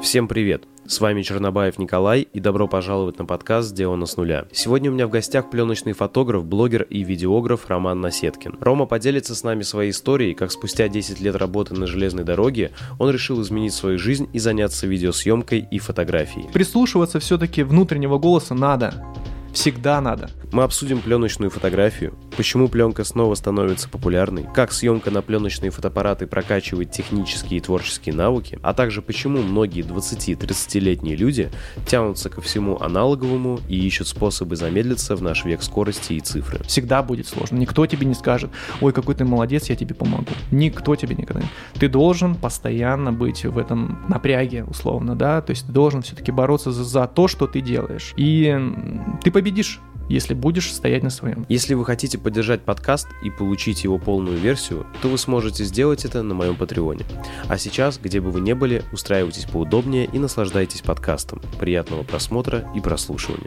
Всем привет! С вами Чернобаев Николай, и добро пожаловать на подкаст «Сделано с нуля». Сегодня у меня в гостях пленочный фотограф, блогер и видеограф Роман Насеткин. Рома поделится с нами своей историей, как спустя 10 лет работы на железной дороге он решил изменить свою жизнь и заняться видеосъемкой и фотографией. Прислушиваться все-таки внутреннего голоса надо. Всегда надо. Мы обсудим пленочную фотографию, почему пленка снова становится популярной, как съемка на пленочные фотоаппараты прокачивает технические и творческие навыки, а также почему многие 20-30-летние люди тянутся ко всему аналоговому и ищут способы замедлиться в наш век скорости и цифры. Всегда будет сложно. Никто тебе не скажет: ой, какой ты молодец, я тебе помогу. Никто тебе никогда не... Ты должен постоянно быть в этом напряге, условно, да? То есть ты должен все-таки бороться за то, что ты делаешь. И ты победишь, если будешь стоять на своем. Если вы хотите поддержать подкаст и получить его полную версию, то вы сможете сделать это на моем Патреоне. А сейчас, где бы вы ни были, устраивайтесь поудобнее и наслаждайтесь подкастом. Приятного просмотра и прослушивания.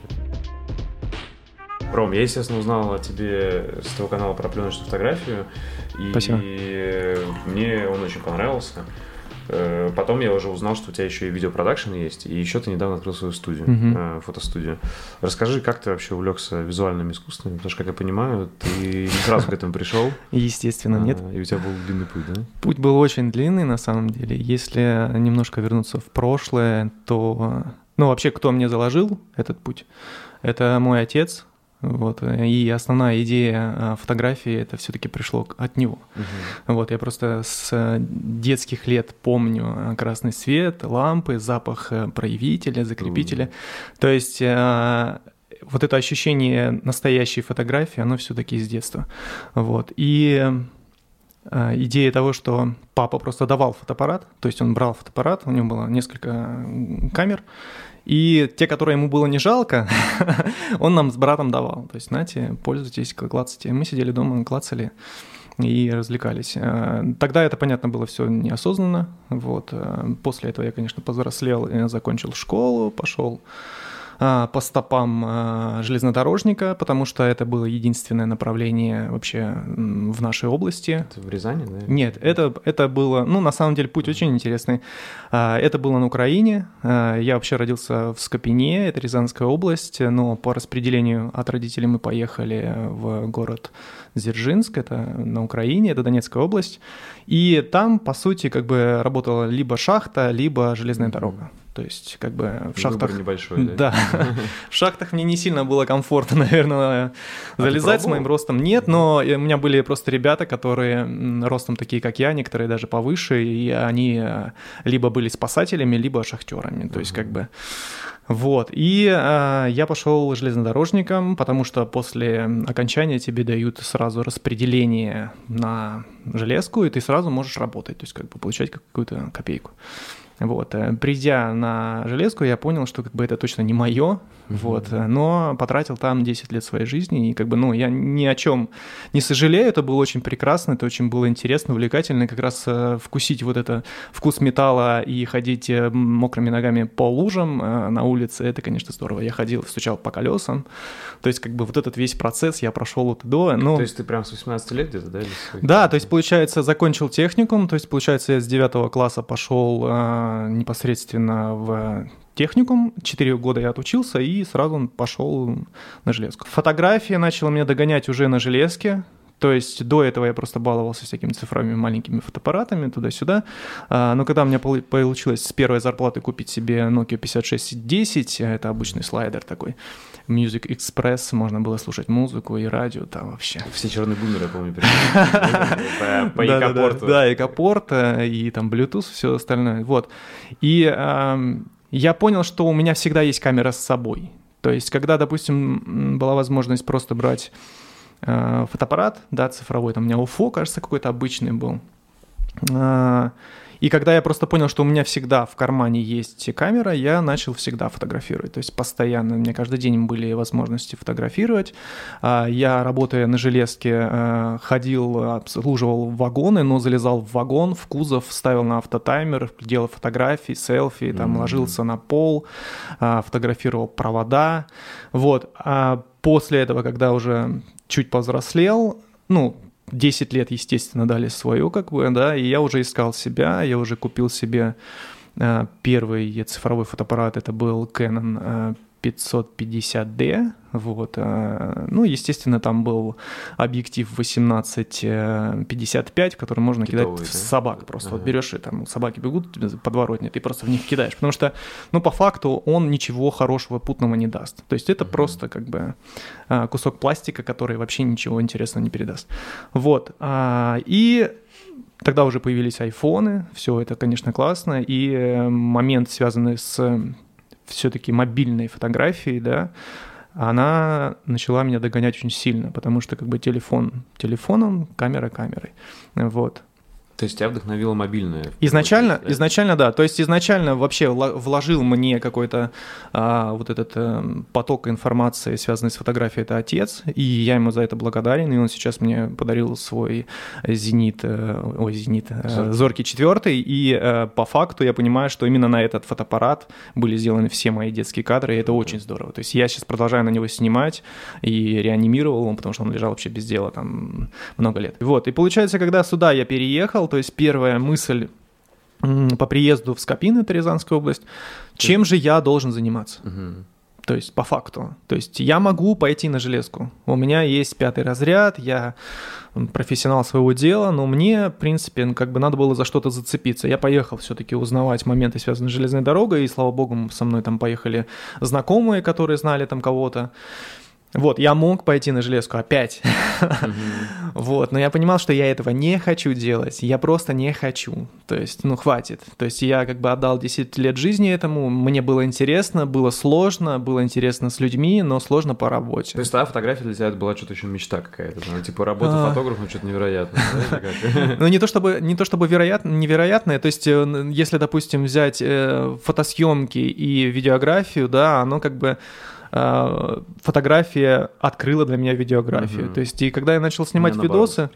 Ром, я, естественно, узнал о тебе с твоего канала про пленочную фотографию. Спасибо. И мне он очень понравился. Потом я уже узнал, что у тебя еще и видеопродакшн есть, и еще ты недавно открыл свою студию, фотостудию. Расскажи, как ты вообще увлекся визуальными искусствами, потому что, как я понимаю, ты не сразу к этому пришел. Естественно, нет. И у тебя был длинный путь, да? Путь был очень длинный, на самом деле. Если немножко вернуться в прошлое, то... Ну, вообще, кто мне заложил этот путь? Это мой отец. Вот, и основная идея фотографии это все-таки пришло от него. Вот, я просто с детских лет помню красный свет, лампы, запах проявителя, закрепителя. То есть вот это ощущение настоящей фотографии, оно все-таки с детства. Вот, и идея того, что папа просто давал фотоаппарат, то есть он брал фотоаппарат, у него было несколько камер, и те, которые ему было не жалко, он нам с братом давал. То есть, знаете, пользуйтесь, клацайте. Мы сидели дома, клацали и развлекались. Тогда это, понятно, было все неосознанно. Вот. После этого я, конечно, повзрослел, закончил школу, пошел по стопам железнодорожника, потому что это было единственное направление вообще в нашей области. Это в Рязани, да? Нет, это было, ну, на самом деле, путь очень интересный. Это было на Украине. Я вообще родился в Скопине, это Рязанская область, но по распределению от родителей мы поехали в город Дзержинск, это на Украине, это Донецкая область. И там, по сути, как бы работала либо шахта, либо железная дорога. То есть, как бы в шахтах... Выбор небольшой, да? Да. В шахтах мне не сильно было комфортно, наверное, залезать с моим ростом. Нет, но у меня были просто ребята, которые ростом такие, как я, некоторые даже повыше, и они либо были спасателями, либо шахтерами. То есть, как бы... Вот, и я пошел железнодорожником, потому что после окончания тебе дают сразу распределение на железку, и ты сразу можешь работать, то есть как бы получать какую-то копейку. Вот. Придя на железку, я понял, что как бы это точно не мое, вот, но потратил там 10 лет своей жизни, и как бы, ну, я ни о чем не сожалею, это было очень прекрасно, это очень было интересно, увлекательно, как раз вкусить вот это вкус металла и ходить мокрыми ногами по лужам на улице, это, конечно, здорово. Я ходил, стучал по колесам, то есть как бы вот этот весь процесс я прошел от и до. Но... То есть ты прям с 18 лет где-то, да? Да, то есть, получается, закончил техникум, то есть, получается, я с 9 класса пошел непосредственно в техникум, 4 года я отучился и сразу пошел на железку. Фотография начала меня догонять уже на железке. То есть до этого я просто баловался всякими цифровыми маленькими фотоаппаратами туда-сюда. Но когда у меня получилось с первой зарплаты купить себе Nokia 5610, это обычный слайдер такой, Music Express, можно было слушать музыку и радио там вообще. Все черные бумеры, я помню, по Экопорту. Да, Экопорт и там Bluetooth, все остальное. Вот. И я понял, что у меня всегда есть камера с собой. То есть когда, допустим, была возможность просто брать фотоаппарат, да, цифровой, там у меня UFO, кажется, какой-то обычный был. И когда я просто понял, что у меня всегда в кармане есть камера, я начал всегда фотографировать. То есть постоянно, у меня каждый день были возможности фотографировать. Я, работая на железке, ходил, обслуживал вагоны, но залезал в вагон, в кузов, ставил на автотаймер, делал фотографии, селфи, там, ложился на пол, фотографировал провода. Вот. А после этого, когда уже чуть повзрослел, 10 лет, естественно, дали свое, как бы, да, и я уже искал себя, я уже купил себе Первый цифровой фотоаппарат это был Canon 550D, вот, ну, естественно, там был объектив 18-55, который можно кидать в собак, просто вот берешь и там собаки бегут подворотни, ты просто в них кидаешь, потому что, ну, по факту он ничего хорошего путного не даст, то есть это просто как бы кусок пластика, который вообще ничего интересного не передаст, вот, и тогда уже появились айфоны, все это, конечно, классно, и момент, связанный с все-таки мобильной фотографией, да, она начала меня догонять очень сильно, потому что как бы телефон телефоном, камера камерой, вот. То есть тебя вдохновила мобильная? Изначально, да. То есть изначально вообще вложил мне какой-то вот этот поток информации, связанный с фотографией, это отец, и я ему за это благодарен, и он сейчас мне подарил свой Зоркий 4, и по факту я понимаю, что именно на этот фотоаппарат были сделаны все мои детские кадры, и это очень здорово. То есть я сейчас продолжаю на него снимать и реанимировал его, потому что он лежал вообще без дела там много лет. Вот, и получается, когда сюда я переехал, то есть первая мысль по приезду в Скопин, это Рязанская область, чем же я должен заниматься? То есть по факту. То есть я могу пойти на железку. У меня есть 5 разряд, я профессионал своего дела, но мне, в принципе, как бы надо было за что-то зацепиться. Я поехал все-таки узнавать моменты, связанные с железной дорогой, и, слава богу, со мной там поехали знакомые, которые знали там кого-то. Вот, я мог пойти на железку опять, вот, но я понимал, что я этого не хочу делать, я просто не хочу, то есть, ну, хватит, то есть я как бы отдал 10 лет жизни этому, мне было интересно, было сложно, было интересно с людьми, но сложно по работе. То есть та фотография для тебя это была что-то еще мечта какая-то, ну, типа работа фотографом что-то невероятное, да, ну, не то чтобы невероятное, то есть если, допустим, взять фотосъемки и видеографию, да, оно как бы фотография открыла для меня видеографию. То есть, и когда я начал снимать видосы,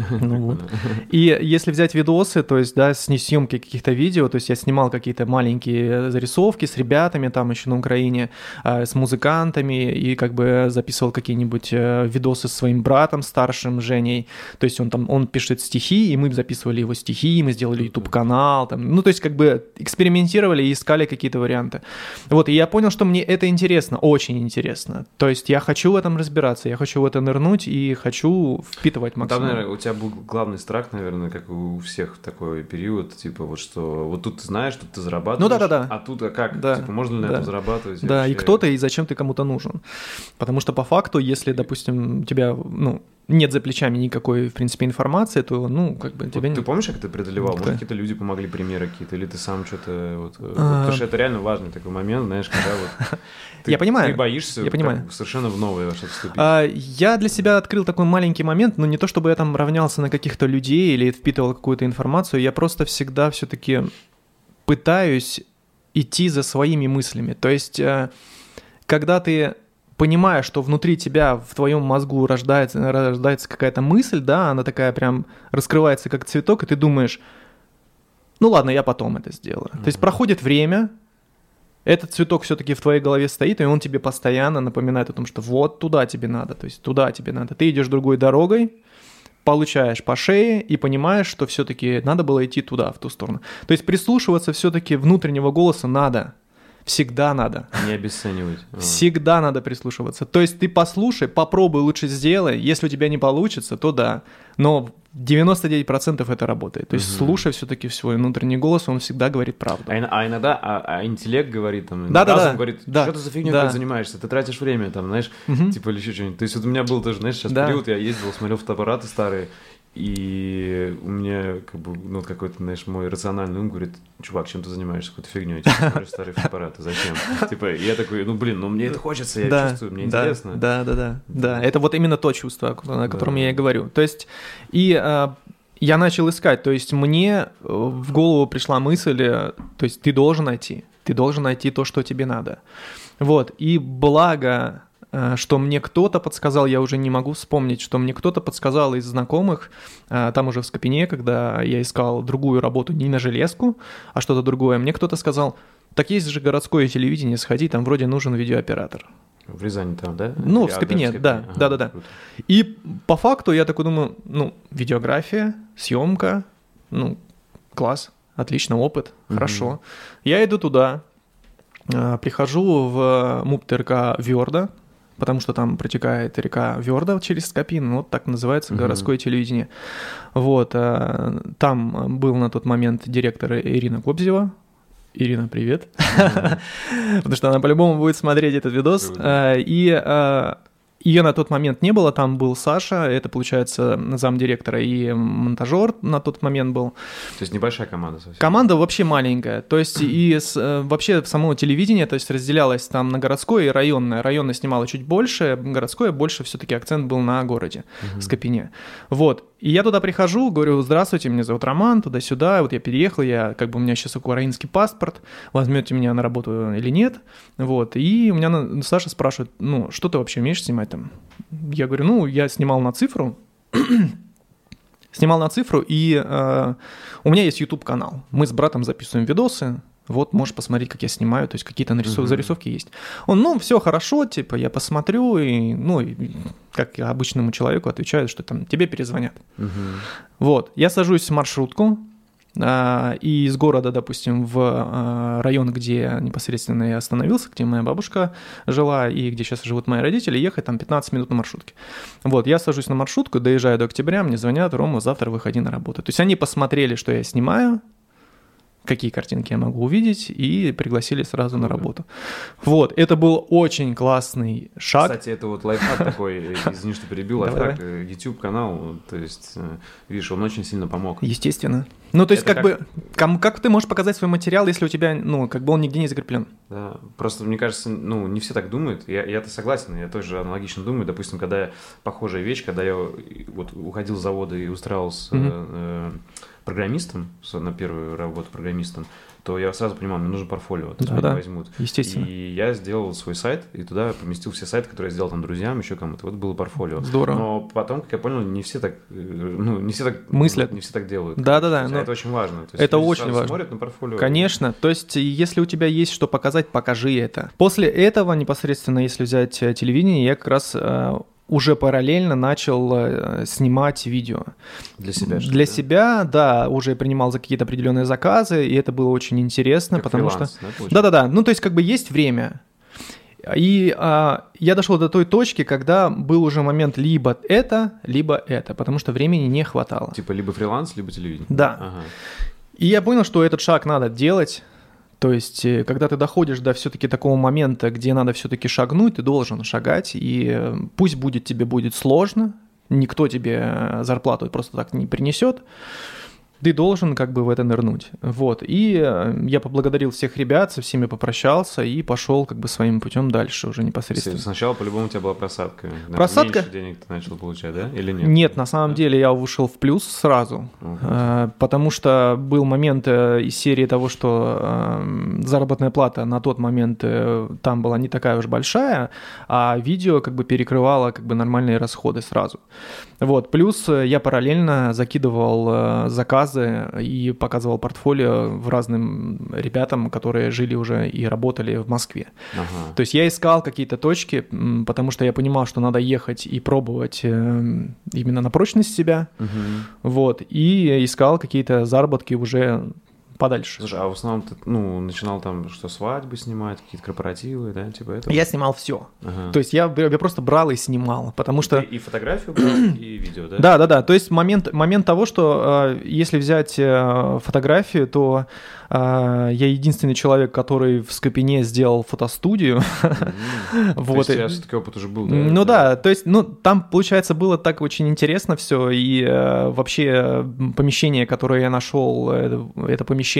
и если взять видосы, то есть, да, с несъемки каких-то видео, то есть я снимал какие-то маленькие зарисовки с ребятами там еще на Украине, с музыкантами, и как бы записывал какие-нибудь видосы с своим братом старшим, Женей, то есть он пишет стихи, и мы записывали его стихи, мы сделали YouTube-канал, там, ну, то есть как бы экспериментировали и искали какие-то варианты. Вот, и я понял, что мне это интересно, очень интересно. То есть я хочу в этом разбираться, я хочу в это нырнуть и хочу впитывать максимум. Там, наверное, у тебя был главный страх, наверное, как у всех в такой период, типа вот что вот тут ты знаешь, тут ты зарабатываешь, ну, да. А тут как? Да. Типа можно ли на этом зарабатывать? Да, вообще... и кто ты, и зачем ты кому-то нужен. Потому что по факту, если, допустим, у тебя, ну, нет за плечами никакой, в принципе, информации, то, ну, как бы тебе... Вот ты помнишь, как ты преодолевал? Может, какие-то люди помогли, примеры какие-то, или ты сам что-то... Вот, потому что это реально важный такой момент, знаешь, когда вот... Я понимаю. Ты боишься совершенно в новое что-то вступить. Я для себя открыл такой маленький момент, но не то, чтобы я там равнялся на каких-то людей или впитывал какую-то информацию, я просто всегда все-таки пытаюсь идти за своими мыслями. То есть, когда ты понимаешь, что внутри тебя, в твоем мозгу рождается какая-то мысль, да, она такая прям раскрывается как цветок, и ты думаешь, ну ладно, я потом это сделаю. То есть проходит время, этот цветок все-таки в твоей голове стоит, и он тебе постоянно напоминает о том, что вот туда тебе надо, то есть туда тебе надо. Ты идешь другой дорогой, получаешь по шее и понимаешь, что все-таки надо было идти туда, в ту сторону. То есть прислушиваться все-таки внутреннего голоса надо. Всегда надо. Не обесценивать. Всегда надо прислушиваться. То есть ты послушай, попробуй, лучше сделай. Если у тебя не получится, то да. Но 99% это работает. То есть слушай все-таки свой внутренний голос, он всегда говорит правду. А иногда интеллект говорит, там, разум говорит, что ты за фигней занимаешься, ты тратишь время, там, знаешь, типа или еще что-нибудь. То есть вот у меня был тоже, знаешь, сейчас период, я ездил, смотрел фотоаппараты старые, и у меня как бы, ну, какой-то, знаешь, мой рациональный ум говорит, чувак, чем ты занимаешься, какой-то фигней, типа, смотришь старые фотоаппараты, зачем? Типа, я такой, ну, блин, ну, мне это хочется, я чувствую, мне интересно. Да, это вот именно то чувство, о котором я и говорю. То есть, и я начал искать, то есть мне в голову пришла мысль, то есть ты должен найти то, что тебе надо. Вот, и благо... что мне кто-то подсказал, я уже не могу вспомнить, что мне кто-то подсказал из знакомых, там уже в Скопине, когда я искал другую работу не на железку, а что-то другое, мне кто-то сказал, так есть же городское телевидение, сходи, там вроде нужен видеооператор. В Рязани там, да? Ну, в Скопине, да. Круто. И по факту я такой думаю, ну, видеография, съемка, ну, класс. отлично, опыт, хорошо. Я иду туда, прихожу в МУП ТРК Вёрда, потому что там протекает река Вёрда через Скопин, вот так называется городское телевидение. Вот, там был на тот момент директор Ирина Кобзева. Ирина, привет. Потому что она по-любому будет смотреть этот видос. И ее на тот момент не было, там был Саша, это, получается, замдиректора и монтажер на тот момент был. То есть небольшая команда совсем? Команда вообще маленькая, то есть вообще само телевидение, то есть разделялось там на городское и районное. Районное снимало чуть больше, городское больше все-таки акцент был на городе, Скопине. Вот, и я туда прихожу, говорю: здравствуйте, меня зовут Роман, туда-сюда, вот я переехал, у меня сейчас украинский паспорт, возьмете меня на работу или нет, вот, и у меня Саша спрашивает: что ты вообще умеешь снимать там? Я говорю: я снимал на цифру, и у меня есть YouTube-канал, мы с братом записываем видосы, вот, можешь посмотреть, как я снимаю, то есть какие-то зарисовки есть. Он: все хорошо, я посмотрю, и как обычному человеку отвечаю, что там тебе перезвонят. Вот, я сажусь в маршрутку, и из города, допустим, в район, где непосредственно я остановился, где моя бабушка жила и где сейчас живут мои родители, ехать там 15 минут на маршрутке. Вот, я сажусь на маршрутку, доезжаю до Октября, мне звонят: Рома, завтра выходи на работу. То есть они посмотрели, что я снимаю, какие картинки я могу увидеть, и пригласили сразу на работу. Вот, это был очень классный шаг. Кстати, это вот лайфхак такой, извини, что перебил, лайфхак, YouTube-канал, то есть, видишь, он очень сильно помог. Естественно. То есть, как ты можешь показать свой материал, если у тебя, он нигде не закреплен? Да, просто, мне кажется, не все так думают, я-то согласен, я тоже аналогично думаю, допустим, когда похожая вещь, когда я вот уходил с завода и устраивался программистом, на первую работу программистом, то я сразу понимал, мне нужно портфолио, то есть меня возьмут. Естественно. И я сделал свой сайт, и туда поместил все сайты, которые я сделал там друзьям, еще кому-то. Вот было портфолио. Здорово. Но потом, как я понял, не все так мыслят, не все так делают. Да. Это очень важно. То есть это очень важно. Смотрят на портфолио. Конечно. То есть, если у тебя есть что показать, покажи это. После этого, непосредственно, если взять телевидение, я как раз уже параллельно начал снимать видео. Для себя? Для себя, да, уже принимал за какие-то определенные заказы, и это было очень интересно, как потому фриланс, что... Да. То есть, есть время. И я дошел до той точки, когда был уже момент либо это, потому что времени не хватало. Типа либо фриланс, либо телевидение? Да. Ага. И я понял, что этот шаг надо делать. То есть, когда ты доходишь до все-таки такого момента, где надо все-таки шагнуть, ты должен шагать, и пусть тебе будет сложно, никто тебе зарплату просто так не принесет, ты должен в это нырнуть. Вот. И я поблагодарил всех ребят, со всеми попрощался и пошел своим путем дальше уже непосредственно. Сначала по-любому у тебя была просадка. Просадка? Меньше денег ты начал получать, да? Или нет? Нет, на самом деле я вышел в плюс сразу, потому что был момент из серии того, что заработная плата на тот момент там была не такая уж большая, а видео перекрывало нормальные расходы сразу. Вот. Плюс я параллельно закидывал заказы и показывал портфолио разным ребятам, которые жили уже и работали в Москве. Ага. То есть я искал какие-то точки, потому что я понимал, что надо ехать и пробовать именно на прочность себя. Вот. И искал какие-то заработки уже подальше. Слушай, а в основном ты начинал там что, свадьбы снимать, какие-то корпоративы, да, типа этого? Я снимал все. Ага. То есть я просто брал и снимал, потому что... Ты и фотографию брал, и видео, да? Да. То есть момент того, что если взять фотографию, то я единственный человек, который в Скопине сделал фотостудию. То есть у тебя все-таки опыт уже был, да? Ну да, то есть там, получается, было так очень интересно все, и вообще помещение, которое я нашел, это помещение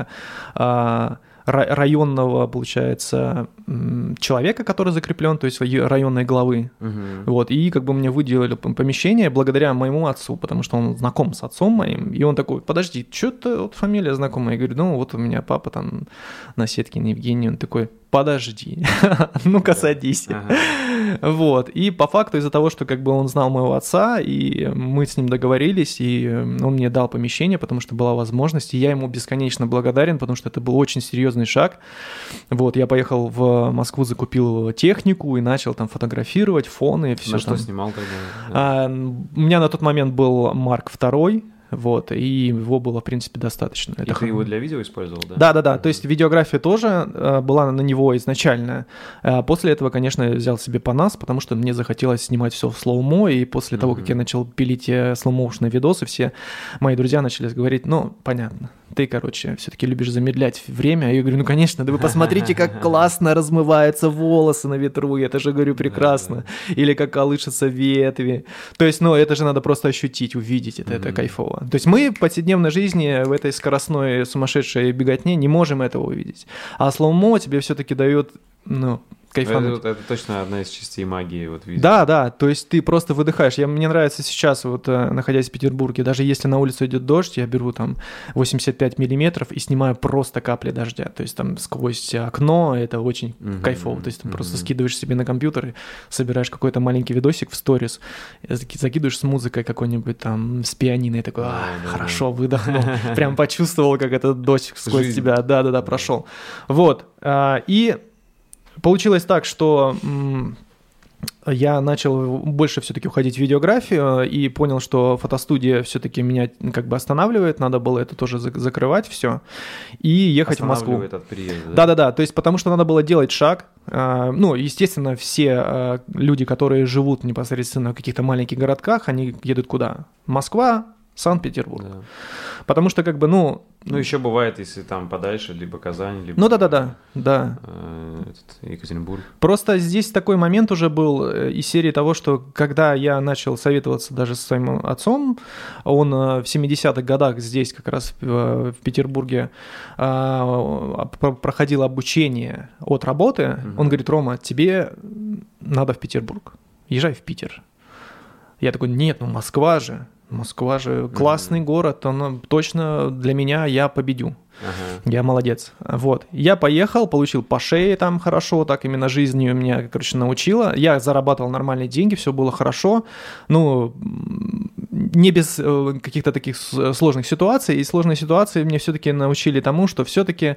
районного, получается, человека, который закреплен, то есть районной главы. Вот, и мне выделили помещение благодаря моему отцу, потому что он знаком с отцом моим, и он такой: подожди, что-то фамилия знакомая. Я говорю: у меня папа там Насеткин Евгений. Он такой: подожди, ну-ка садись. Вот, и по факту из-за того, что он знал моего отца, и мы с ним договорились, и он мне дал помещение, потому что была возможность, и я ему бесконечно благодарен, потому что это был очень серьезный шаг. Вот, я поехал в Москву, закупил технику и начал там фотографировать, фоны и все. На что снимал тогда? У меня на тот момент был Марк II, вот, и его было, в принципе, достаточно. И ты его для видео использовал, да? Да, то есть видеография тоже была на него изначально. После этого, конечно, я взял себе Panas, потому что мне захотелось снимать все в слоумо, и после того, как я начал пилить слоумоушные видосы, все мои друзья начали говорить, ну, понятно, ты, короче, все-таки любишь замедлять время. Я говорю, ну, конечно, да вы посмотрите, как классно размываются волосы на ветру, я это же говорю прекрасно. Или как колышутся ветви. То есть, ну, это же надо просто ощутить, увидеть это кайфово. То есть мы в повседневной жизни в этой скоростной сумасшедшей беготне не можем этого увидеть. А слоумо тебе все-таки дает, ну, кайфануть. Это точно одна из частей магии вот видео. Да, то есть ты просто выдыхаешь. Мне нравится сейчас, вот находясь в Петербурге, даже если на улице идет дождь, я беру там 85 миллиметров и снимаю просто капли дождя. То есть там сквозь окно, это очень кайфово. То есть ты просто скидываешь себе на компьютер и собираешь какой-то маленький видосик в сторис, закидываешь с музыкой какой-нибудь там, с пианино, и такой, хорошо, выдохнул. Прям почувствовал, как этот дождь сквозь тебя, да, прошел. Вот, и получилось так, что я начал больше все-таки уходить в видеографию и понял, что фотостудия все-таки меня как бы останавливает, надо было это тоже закрывать все и ехать в Москву. Останавливает от приезда. Да, то есть потому что надо было делать шаг. Ну, естественно, все люди, которые живут непосредственно в каких-то маленьких городках, они едут куда? Москва, Санкт-Петербург. Да. Потому что как бы, ну... Ну, еще бывает, если там подальше, либо Казань, либо... Ну, да. Екатеринбург. Просто здесь такой момент уже был из серии того, что когда я начал советоваться даже со своим отцом, он в 70-х годах здесь как раз в Петербурге проходил обучение от работы, он говорит, Рома, тебе надо в Петербург, езжай в Питер. Я такой, нет, ну Москва же классный город, он точно для меня, я победю. Я молодец. Вот. Я поехал, получил по шее там хорошо, так именно жизнью меня, короче, научила. Я зарабатывал нормальные деньги, все было хорошо. Ну, не без каких-то таких сложных ситуаций. И сложные ситуации мне все-таки научили тому, что все-таки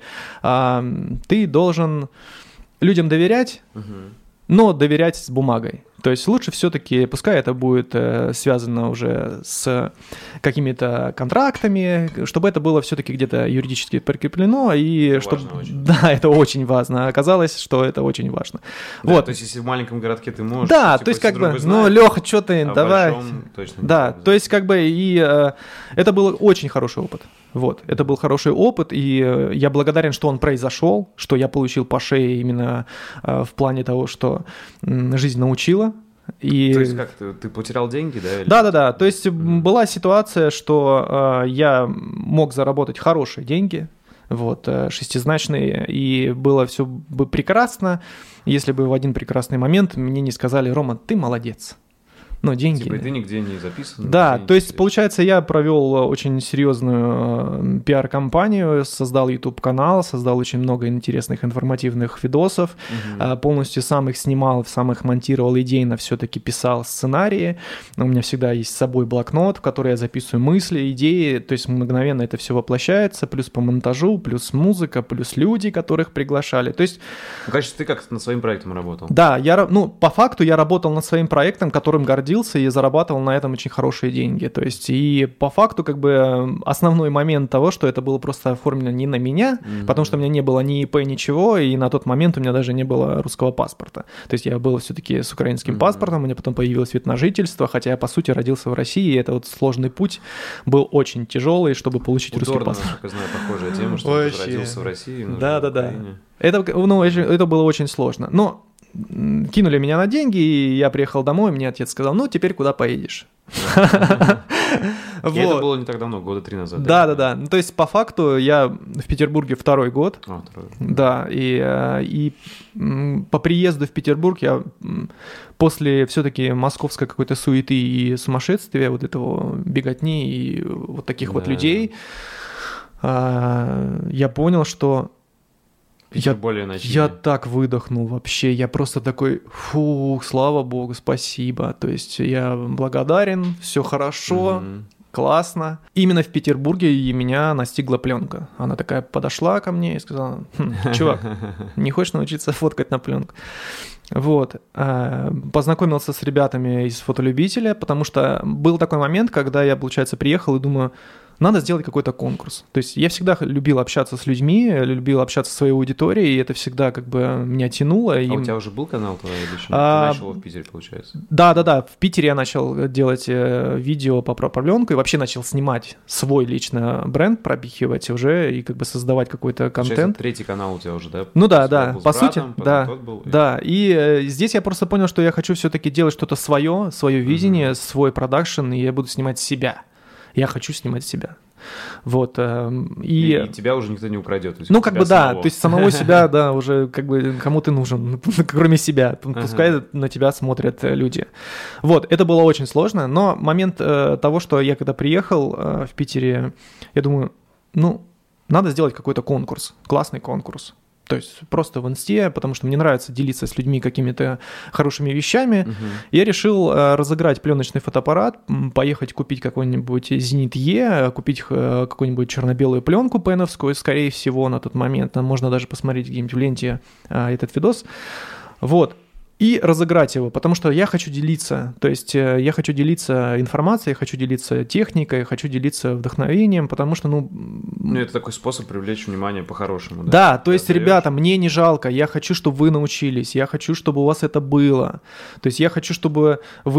ты должен людям доверять, но доверять с бумагой. То есть лучше все-таки, пускай это будет связано уже с какими-то контрактами, чтобы это было все-таки где-то юридически прикреплено, и это чтобы... важно очень. Да, это очень важно. Оказалось, что это очень важно. Да, вот. То есть если в маленьком городке ты можешь... Да, то есть как бы, ну, Леха, что ты, давай. Точно да, то есть как бы и это был очень хороший опыт. Вот, это был хороший опыт, и я благодарен, что он произошел, что я получил по шее именно в плане того, что жизнь научила. И... То есть как, ты потерял деньги, да? Да. То есть была ситуация, что я мог заработать хорошие деньги, вот, шестизначные, и было все бы прекрасно, если бы в один прекрасный момент мне не сказали: Рома, ты молодец. Но деньги... Типа, и ты нигде не записан? Да, то есть, получается, я провел очень серьезную пиар-компанию, создал YouTube-канал, создал очень много интересных информативных видосов, полностью сам их снимал, сам их монтировал, идейно все-таки писал сценарии. У меня всегда есть с собой блокнот, в который я записываю мысли, идеи, то есть мгновенно это все воплощается, плюс по монтажу, плюс музыка, плюс люди, которых приглашали. То есть... Ну, конечно, ты как над своим проектом работал. Да, по факту я работал над своим проектом, которым гордился, и зарабатывал на этом очень хорошие деньги. То есть, и по факту, как бы, основной момент того, что это было просто оформлено не на меня, потому что у меня не было ни ИП, ничего, и на тот момент у меня даже не было русского паспорта. То есть, я был все-таки с украинским паспортом, у меня потом появилось вид на жительство, хотя я, по сути, родился в России, и это вот сложный путь был очень тяжелый, чтобы получить русский паспорт. Я знаю, похожая тема, что ты родился в России. Да. Это было очень сложно. Но кинули меня на деньги, и я приехал домой, мне отец сказал: ну, теперь куда поедешь? И это было не так давно, года 3 назад. Да. Ну, то есть, по факту, я в Петербурге второй год. Да, и по приезду в Петербург я после все-таки московской какой-то суеты и сумасшествия, вот этого беготни и вот таких вот людей, я понял, что я так выдохнул вообще, я просто такой: фух, слава богу, спасибо, то есть я благодарен, все хорошо, классно. Именно в Петербурге и меня настигла пленка. Она такая подошла ко мне и сказала: чувак, не хочешь научиться фоткать на пленку? Вот. Познакомился с ребятами из фотолюбителя, потому что был такой момент, когда я, получается, приехал и думаю, надо сделать какой-то конкурс. То есть я всегда любил общаться с людьми, любил общаться со своей аудиторией, и это всегда как бы меня тянуло. А у тебя уже был канал твой личный? Ты начал в Питере, получается? Да. В Питере я начал делать видео по пленку и вообще начал снимать свой личный бренд, пропихивать уже и как бы создавать какой-то контент. Третий канал у тебя уже, да? Ну да, по сути, да. И здесь я просто понял, что я хочу все-таки делать что-то свое видение, свой продакшн, и я буду снимать себя. Я хочу снимать себя. Вот. И тебя уже никто не украдет. Ну, как бы да, то есть самого себя, да, уже как бы кому ты нужен, кроме себя. Пускай на тебя смотрят люди. Вот, это было очень сложно, но момент того, что я когда приехал в Питере, я думаю, надо сделать какой-то конкурс, классный конкурс. То есть просто в инсте, потому что мне нравится делиться с людьми какими-то хорошими вещами. Я решил разыграть пленочный фотоаппарат, поехать купить какой-нибудь Зенит Е, купить какую-нибудь черно-белую пленку пеновскую, скорее всего, на тот момент. Можно даже посмотреть где-нибудь в ленте этот видос. Вот. И разыграть его, потому что я хочу делиться, то есть я хочу делиться информацией, я хочу делиться техникой, я хочу делиться вдохновением, потому что, это такой способ привлечь внимание по-хорошему. Да, то есть, ребята, мне не жалко, я хочу, чтобы вы научились, я хочу, чтобы у вас это было, то есть я хочу, чтобы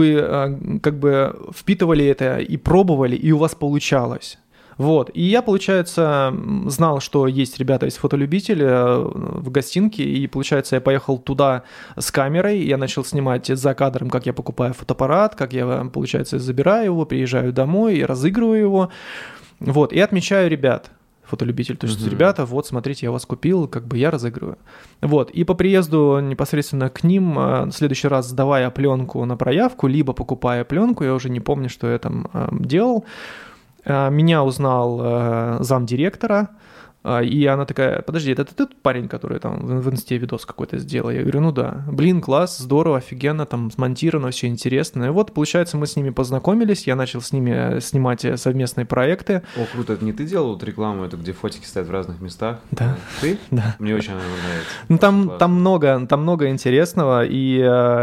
вы как бы впитывали это и пробовали, и у вас получалось. Вот, и я, получается, знал, что есть ребята из фотолюбителя в гостинке, и, получается, я поехал туда с камерой, я начал снимать за кадром, как я покупаю фотоаппарат, как я, получается, забираю его, приезжаю домой, разыгрываю его, вот, и отмечаю ребят, фотолюбитель, то есть, ребята, вот, смотрите, я вас купил, как бы я разыгрываю. Вот, и по приезду непосредственно к ним, в следующий раз сдавая пленку на проявку, либо покупая пленку, я уже не помню, что я там делал, меня узнал замдиректора, и она такая: подожди, это тот парень, который там в инсте видос какой-то сделал? Я говорю: ну да. Блин, класс, здорово, офигенно, там смонтировано, все интересно. И вот, получается, мы с ними познакомились, я начал с ними снимать совместные проекты. О, круто, это не ты делал вот рекламу, это где фотики стоят в разных местах? Да. Ты? Да. Мне очень она нравится. Там много интересного, и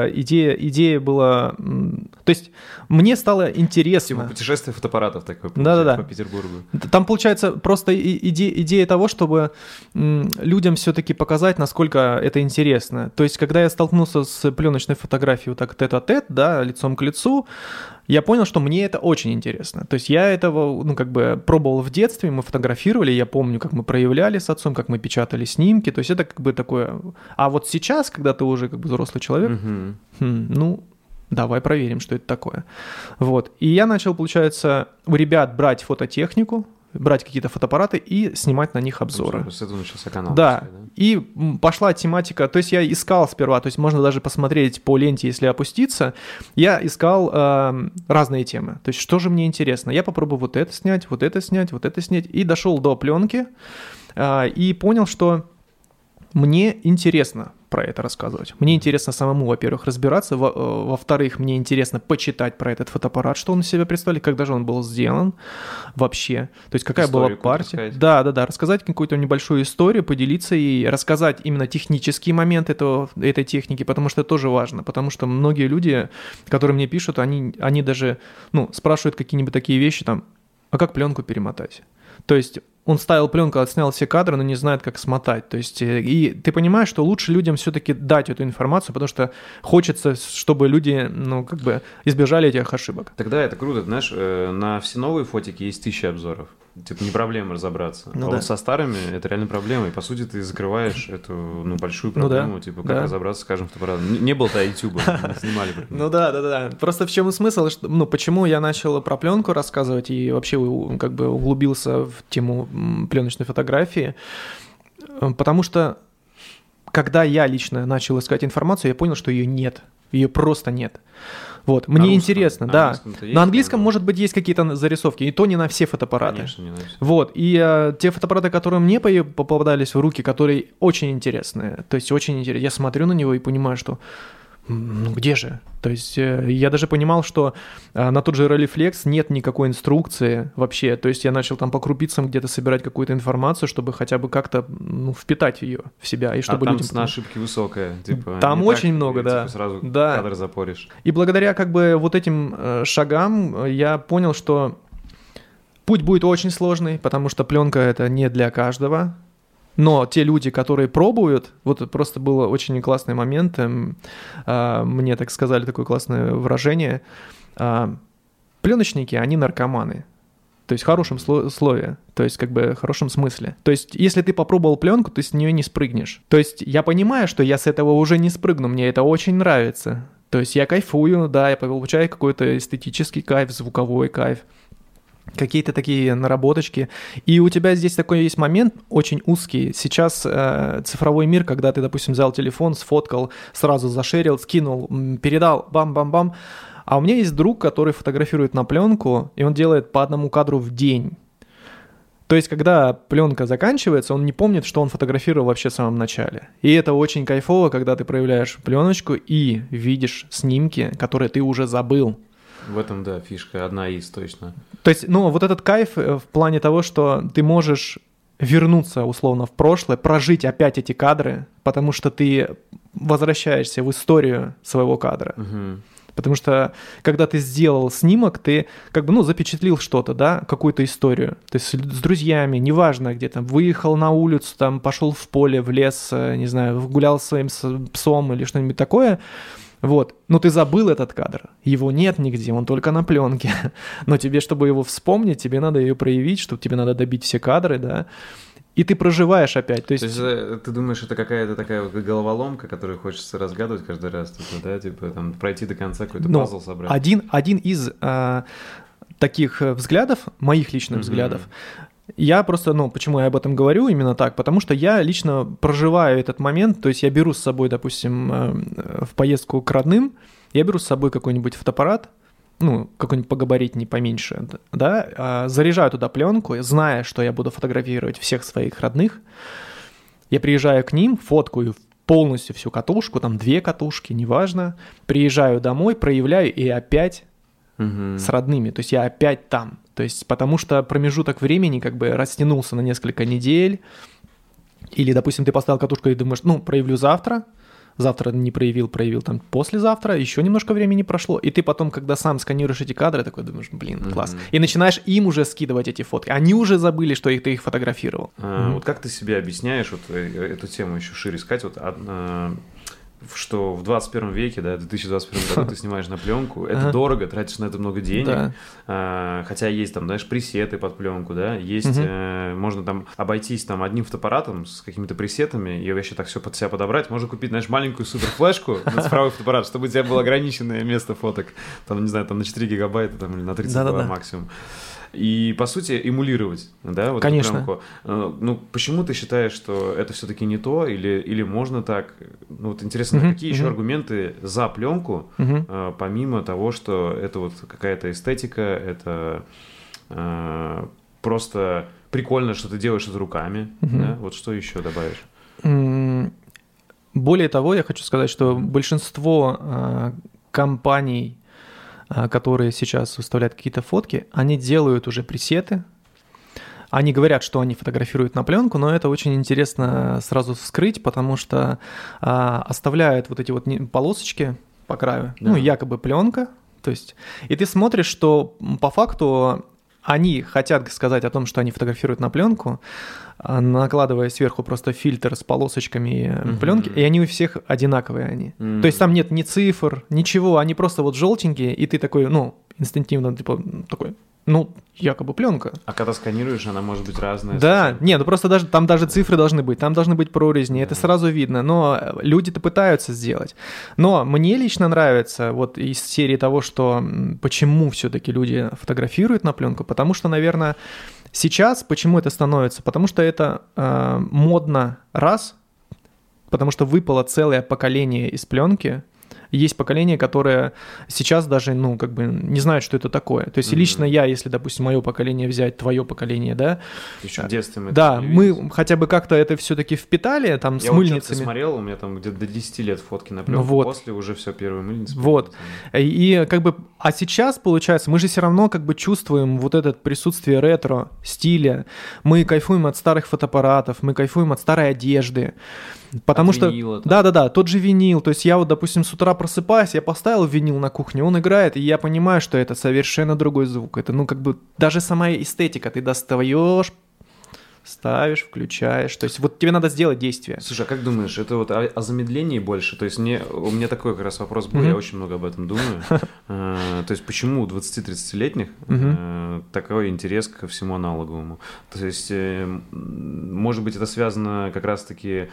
идея была... То есть мне стало интересно. Типа путешествие фотоаппаратов такое по Петербургу. Там, получается, просто идея того, чтобы людям все-таки показать, насколько это интересно. То есть, когда я столкнулся с пленочной фотографией вот так тет-а-тет, да, лицом к лицу, я понял, что мне это очень интересно. То есть я этого, пробовал в детстве, мы фотографировали, я помню, как мы проявляли с отцом, как мы печатали снимки, то есть это такое... А вот сейчас, когда ты уже взрослый человек, давай проверим, что это такое. Вот. И я начал, получается, у ребят брать фототехнику, брать какие-то фотоаппараты и снимать на них обзоры. С этого начался канал. Да. И пошла тематика, то есть я искал сперва, то есть можно даже посмотреть по ленте, если опуститься, я искал разные темы, то есть что же мне интересно. Я попробую вот это снять, вот это снять, вот это снять, и дошел до пленки, и понял, что мне интересно про это рассказывать. Мне интересно самому, во-первых, разбираться, во-вторых, мне интересно почитать про этот фотоаппарат, что он из себя представляет, когда же он был сделан вообще, то есть какая была партия. Да, рассказать какую-то небольшую историю, поделиться и рассказать именно технические моменты этой техники, потому что это тоже важно, потому что многие люди, которые мне пишут, они даже спрашивают какие-нибудь такие вещи, там, а как пленку перемотать? То есть он ставил пленку, отснял все кадры, но не знает, как смотать. То есть, и ты понимаешь, что лучше людям все-таки дать эту информацию, потому что хочется, чтобы люди, избежали этих ошибок. Тогда это круто, знаешь, на все новые фотики есть 1000 обзоров. Типа не проблема разобраться. Вот со старыми это реально проблема. И по сути ты закрываешь эту большую проблему, как разобраться, скажем, фотоаппаратом. Не было-то ютуба, не снимали. Ну да. Просто в чем смысл, почему я начал про пленку рассказывать и вообще углубился в тему пленочной фотографии. Потому что когда я лично начал искать информацию, я понял, что ее нет. Ее просто нет. Вот, мне интересно, да. На английском, может быть, есть какие-то зарисовки, и то не на все фотоаппараты. Конечно, не на все. Вот, и те фотоаппараты, которые мне попадались в руки, которые очень интересные, то есть очень интересные, я смотрю на него и понимаю, что, Ну где же? То есть я даже понимал, что на тот же Rolleiflex нет никакой инструкции вообще. То есть я начал там по крупицам где-то собирать какую-то информацию, чтобы хотя бы как-то впитать ее в себя. И чтобы там людям... цена ошибки высокая. Типа, там очень так, много, да. Типа, сразу да. кадр запоришь. И благодаря как бы вот этим шагам я понял, что путь будет очень сложный, потому что пленка это не для каждого. Но те люди, которые пробуют, вот просто был очень классный момент, мне так сказали такое классное выражение, пленочники, они наркоманы. То есть в хорошем слове, то есть как бы в хорошем смысле. То есть если ты попробовал пленку, ты с нее не спрыгнешь. То есть я понимаю, что я с этого уже не спрыгну, мне это очень нравится. То есть я кайфую, да, я получаю какой-то эстетический кайф, звуковой кайф. Какие-то такие наработочки. И у тебя здесь такой есть момент очень узкий. Сейчас цифровой мир, когда ты, допустим, взял телефон, сфоткал, сразу зашерил, скинул, передал, бам-бам-бам. А у меня есть друг, который фотографирует на пленку, и он делает по одному кадру в день. То есть, когда пленка заканчивается, он не помнит, что он фотографировал вообще в самом начале. И это очень кайфово, когда ты проявляешь пленочку и видишь снимки, которые ты уже забыл. В этом, да, фишка одна из точно. То есть, вот этот кайф в плане того, что ты можешь вернуться, условно, в прошлое, прожить опять эти кадры, потому что ты возвращаешься в историю своего кадра. Угу. Потому что, когда ты сделал снимок, ты как бы, запечатлил что-то, да, какую-то историю. То есть с друзьями, неважно где там, выехал на улицу, там, пошел в поле, в лес, не знаю, гулял с своим псом или что-нибудь такое. Вот, но ты забыл этот кадр, его нет нигде, он только на пленке, но тебе, чтобы его вспомнить, тебе надо ее проявить, чтобы тебе надо добить все кадры, да, и ты проживаешь опять. То есть ты думаешь, это какая-то такая вот головоломка, которую хочется разгадывать каждый раз, типа, да, типа там пройти до конца какой-то пазл собрать? Один из таких взглядов, моих личных взглядов, я просто, почему я об этом говорю именно так, потому что я лично проживаю этот момент, то есть я беру с собой, допустим, в поездку к родным, я беру с собой какой-нибудь фотоаппарат, какой-нибудь погабаритней поменьше, да, заряжаю туда пленку, зная, что я буду фотографировать всех своих родных, я приезжаю к ним, фоткаю полностью всю катушку, там 2 катушки, неважно, приезжаю домой, проявляю и опять с родными, то есть я опять там. То есть потому что промежуток времени как бы растянулся на несколько недель. Или, допустим, ты поставил катушку и думаешь, проявлю завтра. Завтра не проявил там послезавтра. Еще немножко времени прошло. И ты потом, когда сам сканируешь эти кадры, такой думаешь, класс. И начинаешь им уже скидывать эти фотки. Они уже забыли, что ты их фотографировал. Вот как ты себе объясняешь вот эту тему еще шире искать? Вот что в 21 веке, да, в 2021 году ты снимаешь на пленку, это дорого, тратишь на это много денег, хотя есть там, знаешь, пресеты под пленку, да, есть, можно там обойтись там одним фотоаппаратом с какими-то пресетами и вообще так все под себя подобрать, можно купить, знаешь, маленькую суперфлешку на цифровой фотоаппарат, чтобы у тебя было ограниченное место фоток, там, не знаю, там на 4 гигабайта там, или на 32 максимум. И, по сути, эмулировать, да, вот конечно. эту пленку. Почему ты считаешь, что это все-таки не то, или можно так? Вот интересно, какие еще аргументы за пленку, помимо того, что это вот какая-то эстетика, это просто прикольно, что ты делаешь это руками, да? Вот что еще добавишь? Более того, я хочу сказать, что большинство компаний, которые сейчас выставляют какие-то фотки, они делают уже пресеты, они говорят, что они фотографируют на пленку, но это очень интересно сразу вскрыть, потому что оставляют вот эти вот полосочки по краю, якобы пленка, то есть, и ты смотришь, что по факту они хотят сказать о том, что они фотографируют на пленку, накладывая сверху просто фильтр с полосочками пленки, и они у всех одинаковые они. То есть там нет ни цифр, ничего, они просто вот желтенькие, и ты такой, инстинктивно типа такой, якобы пленка. А когда сканируешь, она может быть разная. Да, просто там даже цифры должны быть, там должны быть прорезни, это сразу видно, но люди-то пытаются сделать. Но мне лично нравится вот из серии того, что почему все-таки люди фотографируют на пленку, потому что, наверное, сейчас почему это становится? Потому что это модно, потому что выпало целое поколение из пленки. есть поколение, которое сейчас даже, ну, как бы не знает, что это такое. То есть лично я, если, допустим, мое поколение взять, твое поколение, да. Еще в детстве мы да, мы хотя бы как-то это все-таки впитали, там, с мыльницами. Я смотрел, у меня там где-то до 10 лет фотки на пленку, вот. После уже все, первые мыльницы. Вот. И как бы, а сейчас, получается, мы же все равно как бы чувствуем вот это присутствие ретро, стиля. Мы кайфуем от старых фотоаппаратов, мы кайфуем от старой одежды. Потому от что, винила, да, тот же винил, то есть я вот, допустим, с утра просыпаюсь, я поставил винил на кухне, он играет, и я понимаю, что это совершенно другой звук, это, ну, как бы, даже сама эстетика, ты достаешь, ставишь, включаешь, то есть вот тебе надо сделать действие. Слушай, а как думаешь, это вот о замедлении больше? То есть у меня такой как раз вопрос был, я очень много об этом думаю. То есть почему у 20-30-летних такой интерес ко всему аналоговому? То есть, может быть, это связано как раз-таки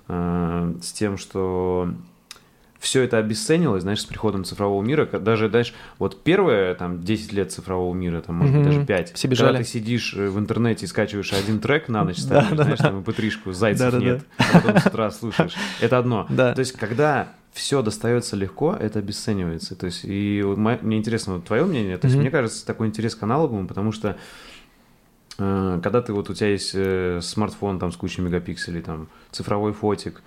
с тем, что все это обесценилось, знаешь, с приходом цифрового мира. Даже, знаешь, вот первые там 10 лет цифрового мира, там, может быть, даже 5. Все бежали. Когда ты сидишь в интернете и скачиваешь один трек на ночь, ставишь, знаешь, там, MP3-шку, зайцев нет, а потом с утра слушаешь. Это одно. То есть, когда все достается легко, это обесценивается. То есть, и вот мне интересно вот твое мнение. То есть, мне кажется, такой интерес к аналоговому, потому что когда ты вот у тебя есть смартфон там с кучей мегапикселей, там цифровой фотик,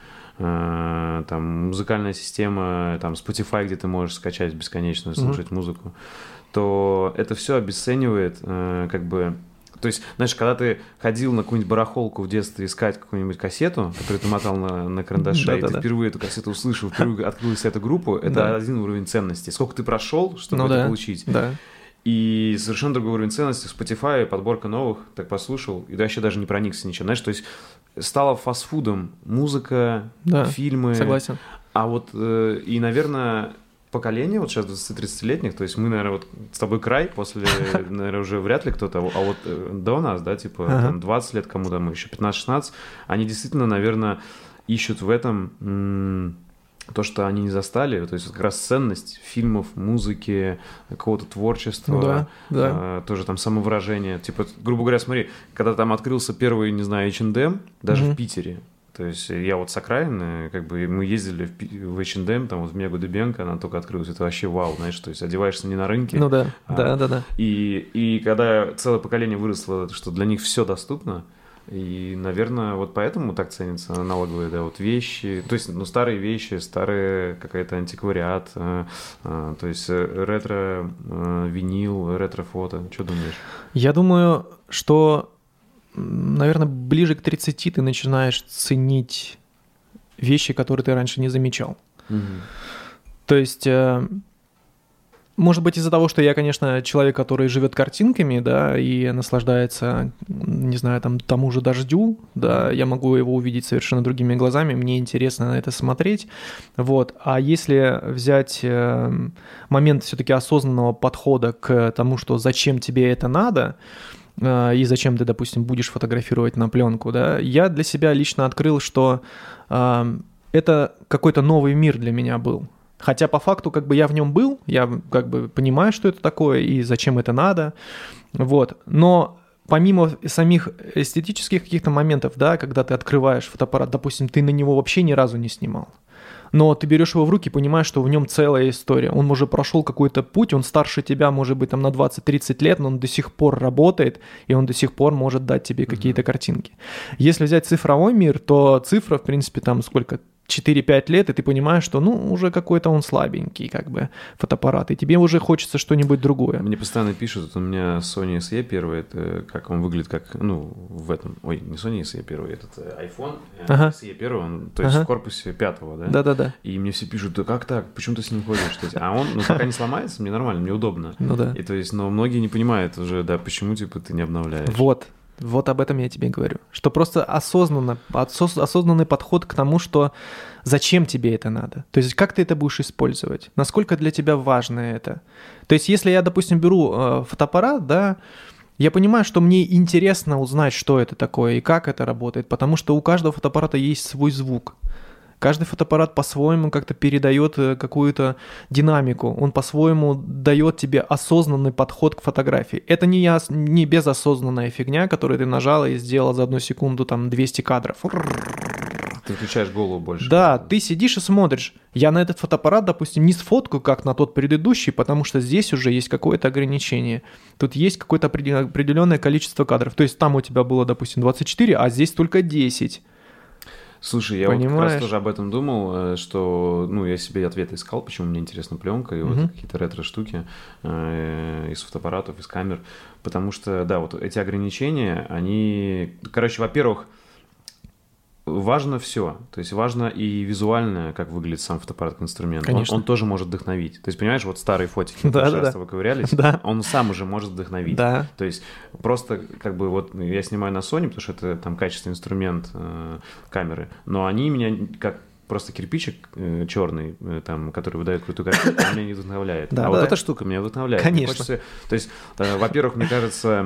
там музыкальная система, там Spotify, где ты можешь скачать бесконечно, слушать музыку, то это все обесценивает как бы... То есть, знаешь, когда ты ходил на какую-нибудь барахолку в детстве искать какую-нибудь кассету, которую ты мотал на карандаше, и ты впервые эту кассету услышал, впервые открыл себе эту группу, это один уровень ценности. Сколько ты прошел, чтобы это получить. И совершенно другой уровень ценности. Spotify, подборка новых, так послушал, и ты вообще даже не проникся ничем. Знаешь, то есть стало фастфудом музыка, фильмы. Согласен. А вот, и, наверное, поколение, вот сейчас 20-30-летних, то есть мы, наверное, вот с тобой край, после, наверное, уже вряд ли кто-то, а вот до нас, да, типа там 20 лет кому-то, мы еще 15-16, они действительно, наверное, ищут в этом... то, что они не застали, то есть как раз ценность фильмов, музыки, какого-то творчества, тоже там самовыражение. Типа, грубо говоря, смотри, когда там открылся первый, не знаю, H&M, даже в Питере, то есть я вот с окраины, как бы мы ездили в H&M, там вот в Мегу Дебенко, она только открылась, это вообще вау, знаешь, то есть одеваешься не на рынке. Да. И когда целое поколение выросло, что для них все доступно, и, наверное, вот поэтому так ценятся аналоговые, да, вот вещи, то есть, ну, старые вещи, старые какой-то антиквариат, то есть ретро-винил, ретро-фото. Что думаешь? Я думаю, что, наверное, ближе к 30 ты начинаешь ценить вещи, которые ты раньше не замечал. То есть... Может быть, из-за того, что я, конечно, человек, который живет картинками, да, и наслаждается, не знаю, там, тому же дождю, да, я могу его увидеть совершенно другими глазами, мне интересно на это смотреть, вот. А если взять момент все-таки осознанного подхода к тому, что зачем тебе это надо, и зачем ты, допустим, будешь фотографировать на пленку, да, я для себя лично открыл, что это какой-то новый мир для меня был. Хотя по факту как бы я в нем был, я как бы понимаю, что это такое и зачем это надо, вот. Но помимо самих эстетических каких-то моментов, да, когда ты открываешь фотоаппарат, допустим, ты на него вообще ни разу не снимал, но ты берешь его в руки и понимаешь, что в нем целая история. Он уже прошел какой-то путь, он старше тебя, может быть, там на 20-30 лет, но он до сих пор работает, и он до сих пор может дать тебе какие-то картинки. Если взять цифровой мир, то цифра, в принципе, там сколько... 4-5 лет, и ты понимаешь, что, ну, уже какой-то он слабенький, как бы, фотоаппарат, и тебе уже хочется что-нибудь другое. Мне постоянно пишут, у меня Sony SE первый, это как он выглядит, как, ну, в этом, ой, не Sony SE первый, этот iPhone SE первый, он, то есть в корпусе 5-го, да? Да-да-да. И мне все пишут, да как так, почему ты с ним ходишь? А он, ну, пока не сломается, мне нормально, мне удобно. Ну да. И то есть, но многие не понимают уже, да, почему, типа, ты не обновляешь. Вот об этом я тебе говорю. Что просто осознанный подход к тому, что зачем тебе это надо. То есть как ты это будешь использовать. Насколько для тебя важно это. То есть если я, допустим, беру фотоаппарат, да, я понимаю, что мне интересно узнать, что это такое и как это работает, потому что у каждого фотоаппарата есть свой звук. Каждый фотоаппарат по-своему как-то передает какую-то динамику, он по-своему дает тебе осознанный подход к фотографии. Это не безосознанная фигня, которую ты нажал и сделал за 1 секунду там 200 кадров. Ты включаешь голову больше. Да, ты сидишь и смотришь. Я на этот фотоаппарат, допустим, не сфоткаю, как на тот предыдущий, потому что здесь уже есть какое-то ограничение. Тут есть какое-то определенное количество кадров. То есть там у тебя было, допустим, 24, а здесь только 10. Слушай, я вот как раз тоже об этом думал, что, я себе ответы искал, почему мне интересна пленка и вот какие-то ретро-штуки из фотоаппаратов, из камер, потому что, да, вот эти ограничения, они, во-первых, важно все, то есть важно и визуально, как выглядит сам фотоаппарат как инструмент. Он тоже может вдохновить. То есть, понимаешь, вот старые фотики, мы с тобой ковырялись, он сам уже может вдохновить. Да. То есть просто как бы вот я снимаю на Sony, потому что это там качественный инструмент камеры, но они меня как просто кирпичик черный, там, который выдает крутую картинку, меня не вдохновляет. Вот эта штука меня вдохновляет. Конечно. То есть, во-первых, мне кажется...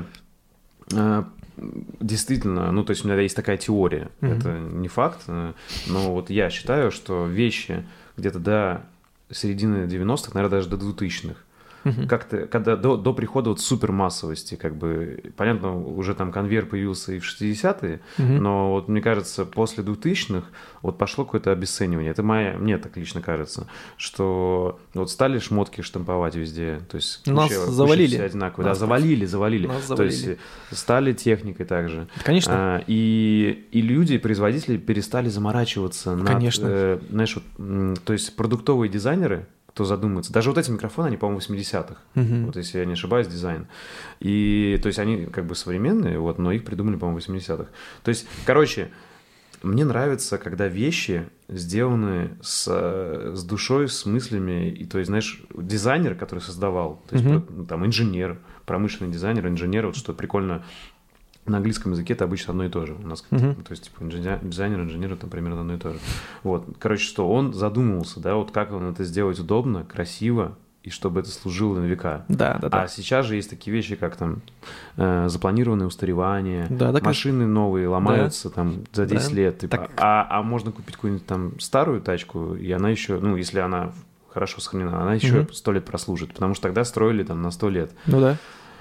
Действительно, то есть у меня есть такая теория, это не факт, но вот я считаю, что вещи где-то до середины 90-х, наверное, даже до 2000-х, как-то, когда до прихода вот супермассовости, как бы, понятно, уже там конвейер появился и в 60-е, но вот мне кажется, после 2000-х вот пошло какое-то обесценивание. Это мне так лично кажется, что вот стали шмотки штамповать везде, то есть куча завалили. Все одинаковые. Да, завалили. То есть стали техникой также. Конечно. И люди, производители перестали заморачиваться над, знаешь, вот, то есть продуктовые дизайнеры, кто задумается. Даже вот эти микрофоны, они, по-моему, 80-х. Вот если я не ошибаюсь, дизайн. И, то есть, они как бы современные, вот, но их придумали, по-моему, в 80-х. То есть, короче, мне нравится, когда вещи сделаны с душой, с мыслями. И, то есть, знаешь, дизайнер, который создавал, то есть, там, инженер, промышленный дизайнер, инженер, вот что прикольно. На английском языке это обычно одно и то же. У нас, то есть, типа, дизайнер, инженер, это примерно одно и то же. Вот, короче, что он задумывался, да, вот как он это сделать удобно, красиво, и чтобы это служило на века. Да. А сейчас же есть такие вещи, как там запланированное устаревание, машины новые ломаются там за 10 лет. Типа, так... а можно купить какую-нибудь там старую тачку, и она еще, если она хорошо сохранена, она еще 100 лет прослужит, потому что тогда строили там на 100 лет. Ну да.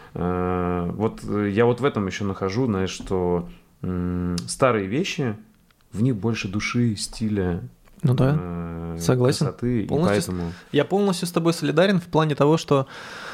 Вот я вот в этом еще нахожу, знаешь, что старые вещи, в них больше души, стиля, согласен. Красоты, и поэтому... Я полностью с тобой солидарен в плане того, что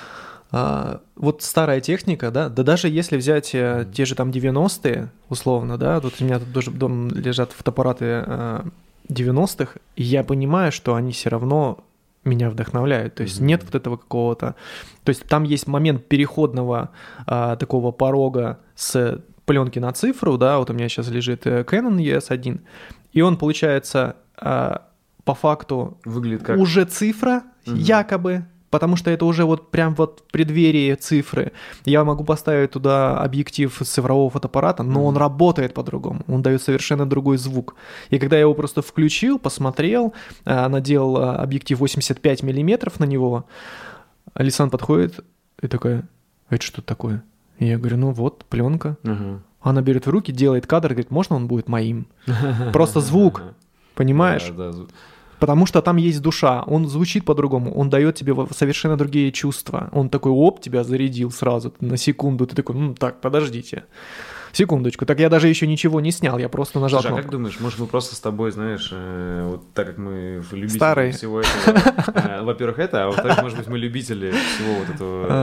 вот старая техника, да даже если взять те же там 90-е, условно, да, тут у меня тут тоже дома лежат фотоаппараты 90-х, и я понимаю, что они все равно... меня вдохновляют, то есть нет вот этого какого-то... То есть там есть момент переходного такого порога с пленки на цифру, да, вот у меня сейчас лежит Canon EOS-1, и он, получается, по факту выглядит как... уже цифра, якобы, потому что это уже вот прям вот в преддверии цифры. Я могу поставить туда объектив с цифрового фотоаппарата, но он работает по-другому, он дает совершенно другой звук. И когда я его просто включил, посмотрел, надел объектив 85 миллиметров на него, Алисан подходит и такая: это что такое? И я говорю: вот, пленка. Она берет в руки, делает кадр, говорит: можно он будет моим? Просто звук, понимаешь? Да. Потому что там есть душа, он звучит по-другому, он дает тебе совершенно другие чувства. Он такой, тебя зарядил сразу на секунду. Ты такой: так, подождите, секундочку. Так я даже еще ничего не снял, я просто нажал кнопку. А как думаешь, может, мы просто с тобой, знаешь, вот так как мы любители старые всего этого, во-первых, а во-вторых, может быть, мы любители всего вот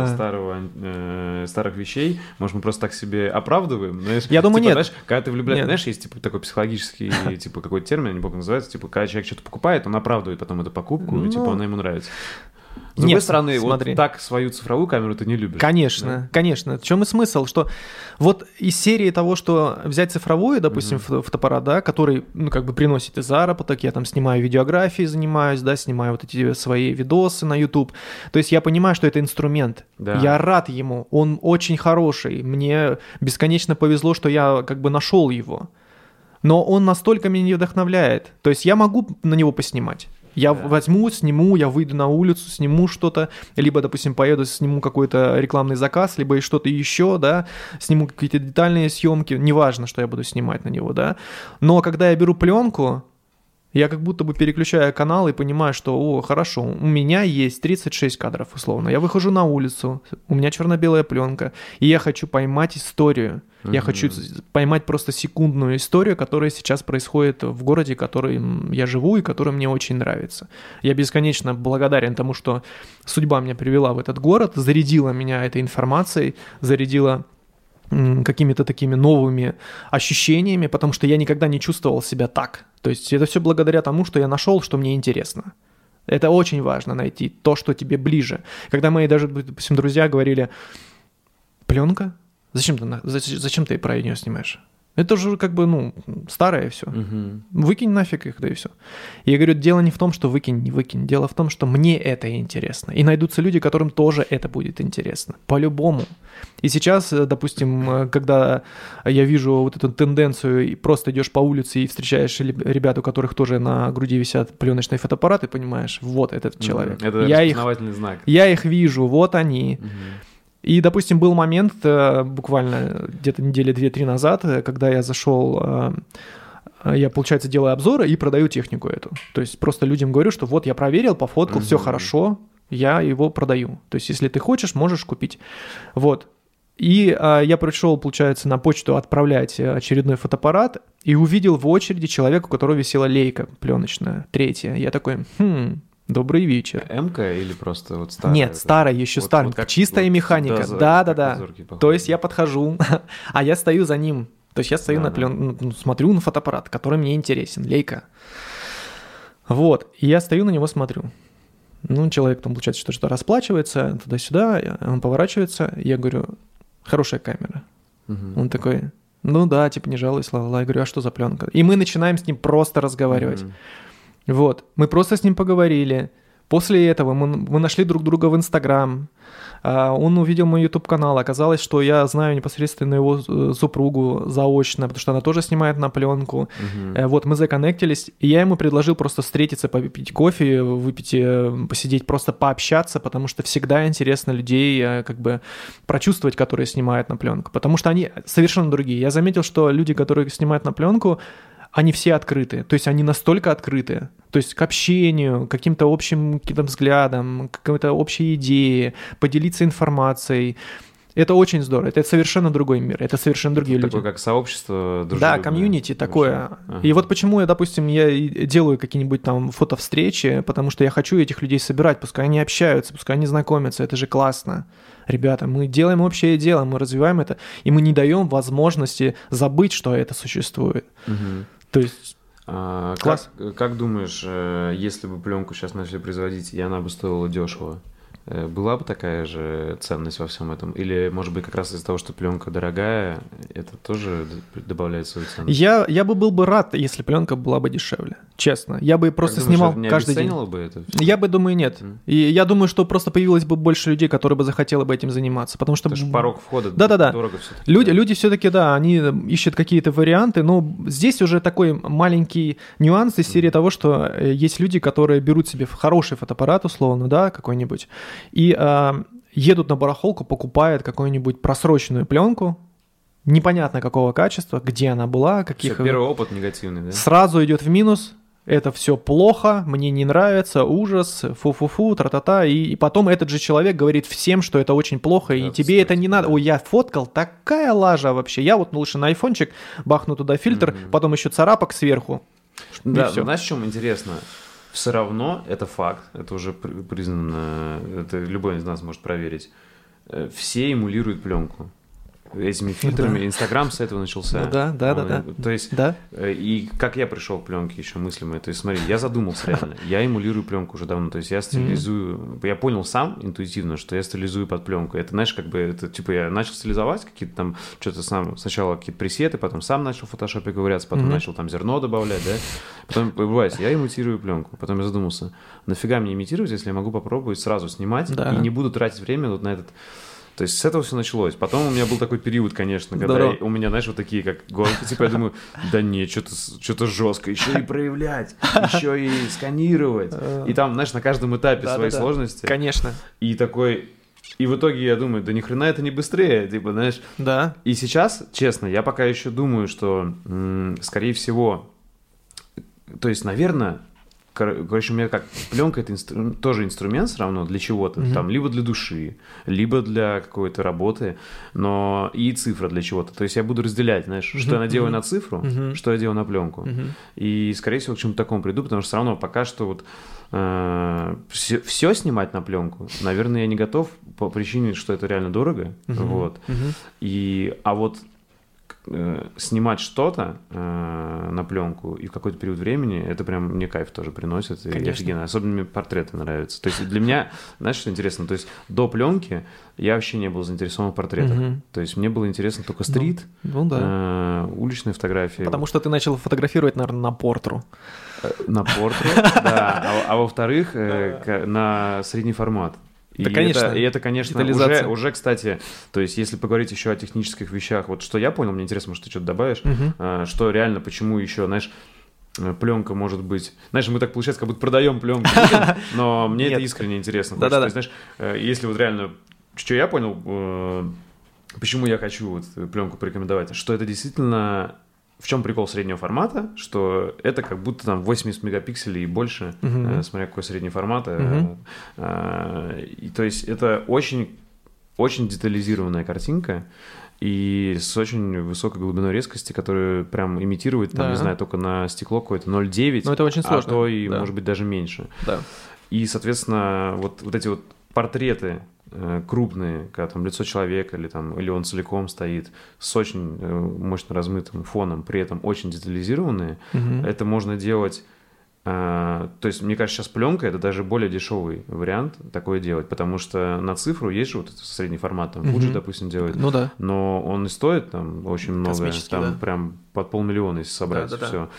этого старых вещей, может, мы просто так себе оправдываем, знаешь? Я думаю, нет. Знаешь, когда ты влюбляешься, знаешь, есть типа такой психологический, типа какой-то термин, не помню, как называется, типа, когда человек что-то покупает, он оправдывает потом эту покупку, и типа она ему нравится. С другой стороны, смотри. Вот так свою цифровую камеру ты не любишь. Конечно, конечно. В чем и смысл? Что вот из серии того, что взять цифровой, допустим, фотоаппарат, да, который, как бы приносит и заработок, я там снимаю видеографии, занимаюсь, да, снимаю вот эти свои видосы на YouTube. То есть я понимаю, что это инструмент. Да. Я рад ему, он очень хороший. Мне бесконечно повезло, что я как бы нашел его. Но он настолько меня не вдохновляет. То есть я могу на него поснимать. Я возьму, сниму, я выйду на улицу, сниму что-то, либо, допустим, поеду, сниму какой-то рекламный заказ, либо и что-то еще, да, сниму какие-то детальные съемки, неважно, что я буду снимать на него, да. Но когда я беру пленку, Я как будто бы переключаю канал и понимаю, что, хорошо, у меня есть 36 кадров, условно. Я выхожу на улицу, у меня черно-белая пленка, и я хочу поймать историю. Я хочу поймать просто секундную историю, которая сейчас происходит в городе, в котором я живу и который мне очень нравится. Я бесконечно благодарен тому, что судьба меня привела в этот город, зарядила меня этой информацией, зарядила какими-то такими новыми ощущениями, потому что я никогда не чувствовал себя так. То есть это все благодаря тому, что я нашел, что мне интересно. Это очень важно найти то, что тебе ближе. Когда мои даже, допустим, друзья говорили: пленка? Зачем ты про нее снимаешь? Это же как бы, старое все. Выкинь нафиг их, да и все. И я говорю, дело не в том, что выкинь, не выкинь. Дело в том, что мне это интересно. И найдутся люди, которым тоже это будет интересно. По-любому. И сейчас, допустим, когда я вижу вот эту тенденцию, и просто идешь по улице и встречаешь ребят, у которых тоже на груди висят пленочные фотоаппараты, понимаешь, вот этот человек. Это распознавательный знак. Я их вижу, вот они. И, допустим, был момент буквально где-то недели 2-3 назад, когда я зашел, я, получается, делаю обзоры и продаю технику эту. То есть просто людям говорю, что вот я проверил, пофоткал, все хорошо, я его продаю. То есть если ты хочешь, можешь купить. Вот. И я пришел, получается, на почту отправлять очередной фотоаппарат и увидел в очереди человека, у которого висела лейка пленочная, 3-я. Я такой, добрый вечер. М-ка или просто вот старая? Нет, старая, еще старая. Вот чистая механика. Да. То есть я подхожу, а я стою за ним. То есть я стою смотрю на фотоаппарат, который мне интересен, лейка. Вот, и я стою на него, смотрю. Человек там, получается, что-то расплачивается, туда-сюда, он поворачивается, я говорю, хорошая камера. Он такой, да, типа не жалуюсь, ла-ла-ла. Я говорю, а что за пленка? И мы начинаем с ним просто разговаривать. Вот, мы просто с ним поговорили. После этого мы нашли друг друга в Инстаграм. Он увидел мой YouTube-канал. Оказалось, что я знаю непосредственно его супругу заочно, потому что она тоже снимает на пленку. Вот, мы законнектились, и я ему предложил просто встретиться, попить кофе, выпить, посидеть, просто пообщаться, потому что всегда интересно людей как бы прочувствовать, которые снимают на пленку, потому что они совершенно другие. Я заметил, что люди, которые снимают на пленку, они все открыты, то есть они настолько открыты, то есть к общению, к каким-то общим взглядам, к какой-то общей идее, поделиться информацией. Это очень здорово, это совершенно другой мир, это совершенно другие люди. Такое как сообщество дружелюбное. Да, комьюнити такое. И вот почему я, допустим, делаю какие-нибудь там фотовстречи, потому что я хочу этих людей собирать, пускай они общаются, пускай они знакомятся, это же классно. Ребята, мы делаем общее дело, мы развиваем это, и мы не даем возможности забыть, что это существует. То есть класс. Как думаешь, если бы пленку сейчас начали производить, и она бы стоила дешево, была бы такая же ценность во всем этом? Или, может быть, как раз из-за того, что пленка дорогая, это тоже добавляет свою ценность? Я бы был бы рад, если пленка была бы дешевле. Честно. Я бы просто снимал каждый день. Бы это? Я бы думаю, нет. И я думаю, что просто появилось бы больше людей, которые бы захотели бы этим заниматься. Потому что порог входа дорого все-таки. Люди все-таки, да, они ищут какие-то варианты, но здесь уже такой маленький нюанс из серии того, что есть люди, которые берут себе хороший фотоаппарат, условно, да, какой-нибудь, и едут на барахолку, покупают какую-нибудь просроченную пленку, непонятно какого качества, где она была, каких... Все, первый опыт негативный, да? Сразу идет в минус, это все плохо, мне не нравится, ужас, фу-фу-фу, тра-та-та, и потом этот же человек говорит всем, что это очень плохо, да, и тебе это не надо. Ой, я фоткал, такая лажа вообще. Я вот лучше на айфончик бахну туда фильтр, потом еще царапок сверху. Да, знаешь, в чем интересно? Все равно это факт, это уже признано, это любой из нас может проверить. Все эмулируют пленку этими фильтрами. Инстаграм с этого начался. Да. То есть, и как я пришел к пленке еще мыслимой, то есть, смотри, я задумался реально, я эмулирую пленку уже давно, то есть я стилизую, я понял сам интуитивно, что я стилизую под пленку. Это, знаешь, как бы, это типа я начал стилизовать какие-то там, что-то сам, сначала какие-то пресеты, потом сам начал в фотошопе ковыряться, потом начал там зерно добавлять, да, потом бывает, я имитирую пленку, потом я задумался, нафига мне имитировать, если я могу попробовать сразу снимать и не буду тратить время вот на этот... То есть с этого все началось. Потом у меня был такой период, конечно, когда у меня, знаешь, вот такие как гонки, типа я думаю, да нет, что-то жестко, еще и проявлять, еще и сканировать. И там, знаешь, на каждом этапе свои сложности. Конечно. И такой... И в итоге я думаю, да ни хрена это не быстрее, типа, знаешь. Да. И сейчас, честно, я пока еще думаю, что, скорее всего, то есть, наверное, короче, у меня как пленка это тоже инструмент все равно для чего-то, там, либо для души, либо для какой-то работы, но и цифра для чего-то. То есть я буду разделять, знаешь, что я делаю на цифру, что я делаю на пленку. И, скорее всего, к чему-то такому приду, потому что все равно пока что вот все снимать на пленку, наверное, я не готов по причине, что это реально дорого. Вот. А вот снимать что-то на пленку и в какой-то период времени, это прям мне кайф тоже приносит. И офигенно. Особенно мне портреты нравятся. То есть для меня, знаешь, что интересно? То есть до пленки я вообще не был заинтересован в портретах. То есть мне было интересно только стрит, уличные фотографии. Потому что ты начал фотографировать, наверное, на портру. На портру, да. А во-вторых, на средний формат. Да, конечно. Это, конечно, уже, кстати, то есть, если поговорить еще о технических вещах, вот что я понял, мне интересно, может, ты что-то добавишь, что реально, почему еще, знаешь, пленка может быть... Знаешь, мы так, получается, как будто продаем пленку, но мне это искренне интересно. То есть, знаешь, если вот реально, что я понял, почему я хочу вот пленку порекомендовать, что это действительно... В чем прикол среднего формата? Что это как будто там 80 мегапикселей и больше, смотря какой средний формат. И, то есть это очень, очень детализированная картинка и с очень высокой глубиной резкости, которая прям имитирует, там, не знаю, только на стекло какое-то 0,9, это очень сложно. А то и, может быть, даже меньше. Да. И, соответственно, вот эти вот портреты крупные, когда там лицо человека или он целиком стоит с очень мощно размытым фоном, при этом очень детализированные, это можно делать... То есть, мне кажется, сейчас пленка — это даже более дешевый вариант такое делать, потому что на цифру есть же вот этот средний формат, там Fuji, допустим, делает, но он и стоит там очень много, там прям под 500 000, если собрать все.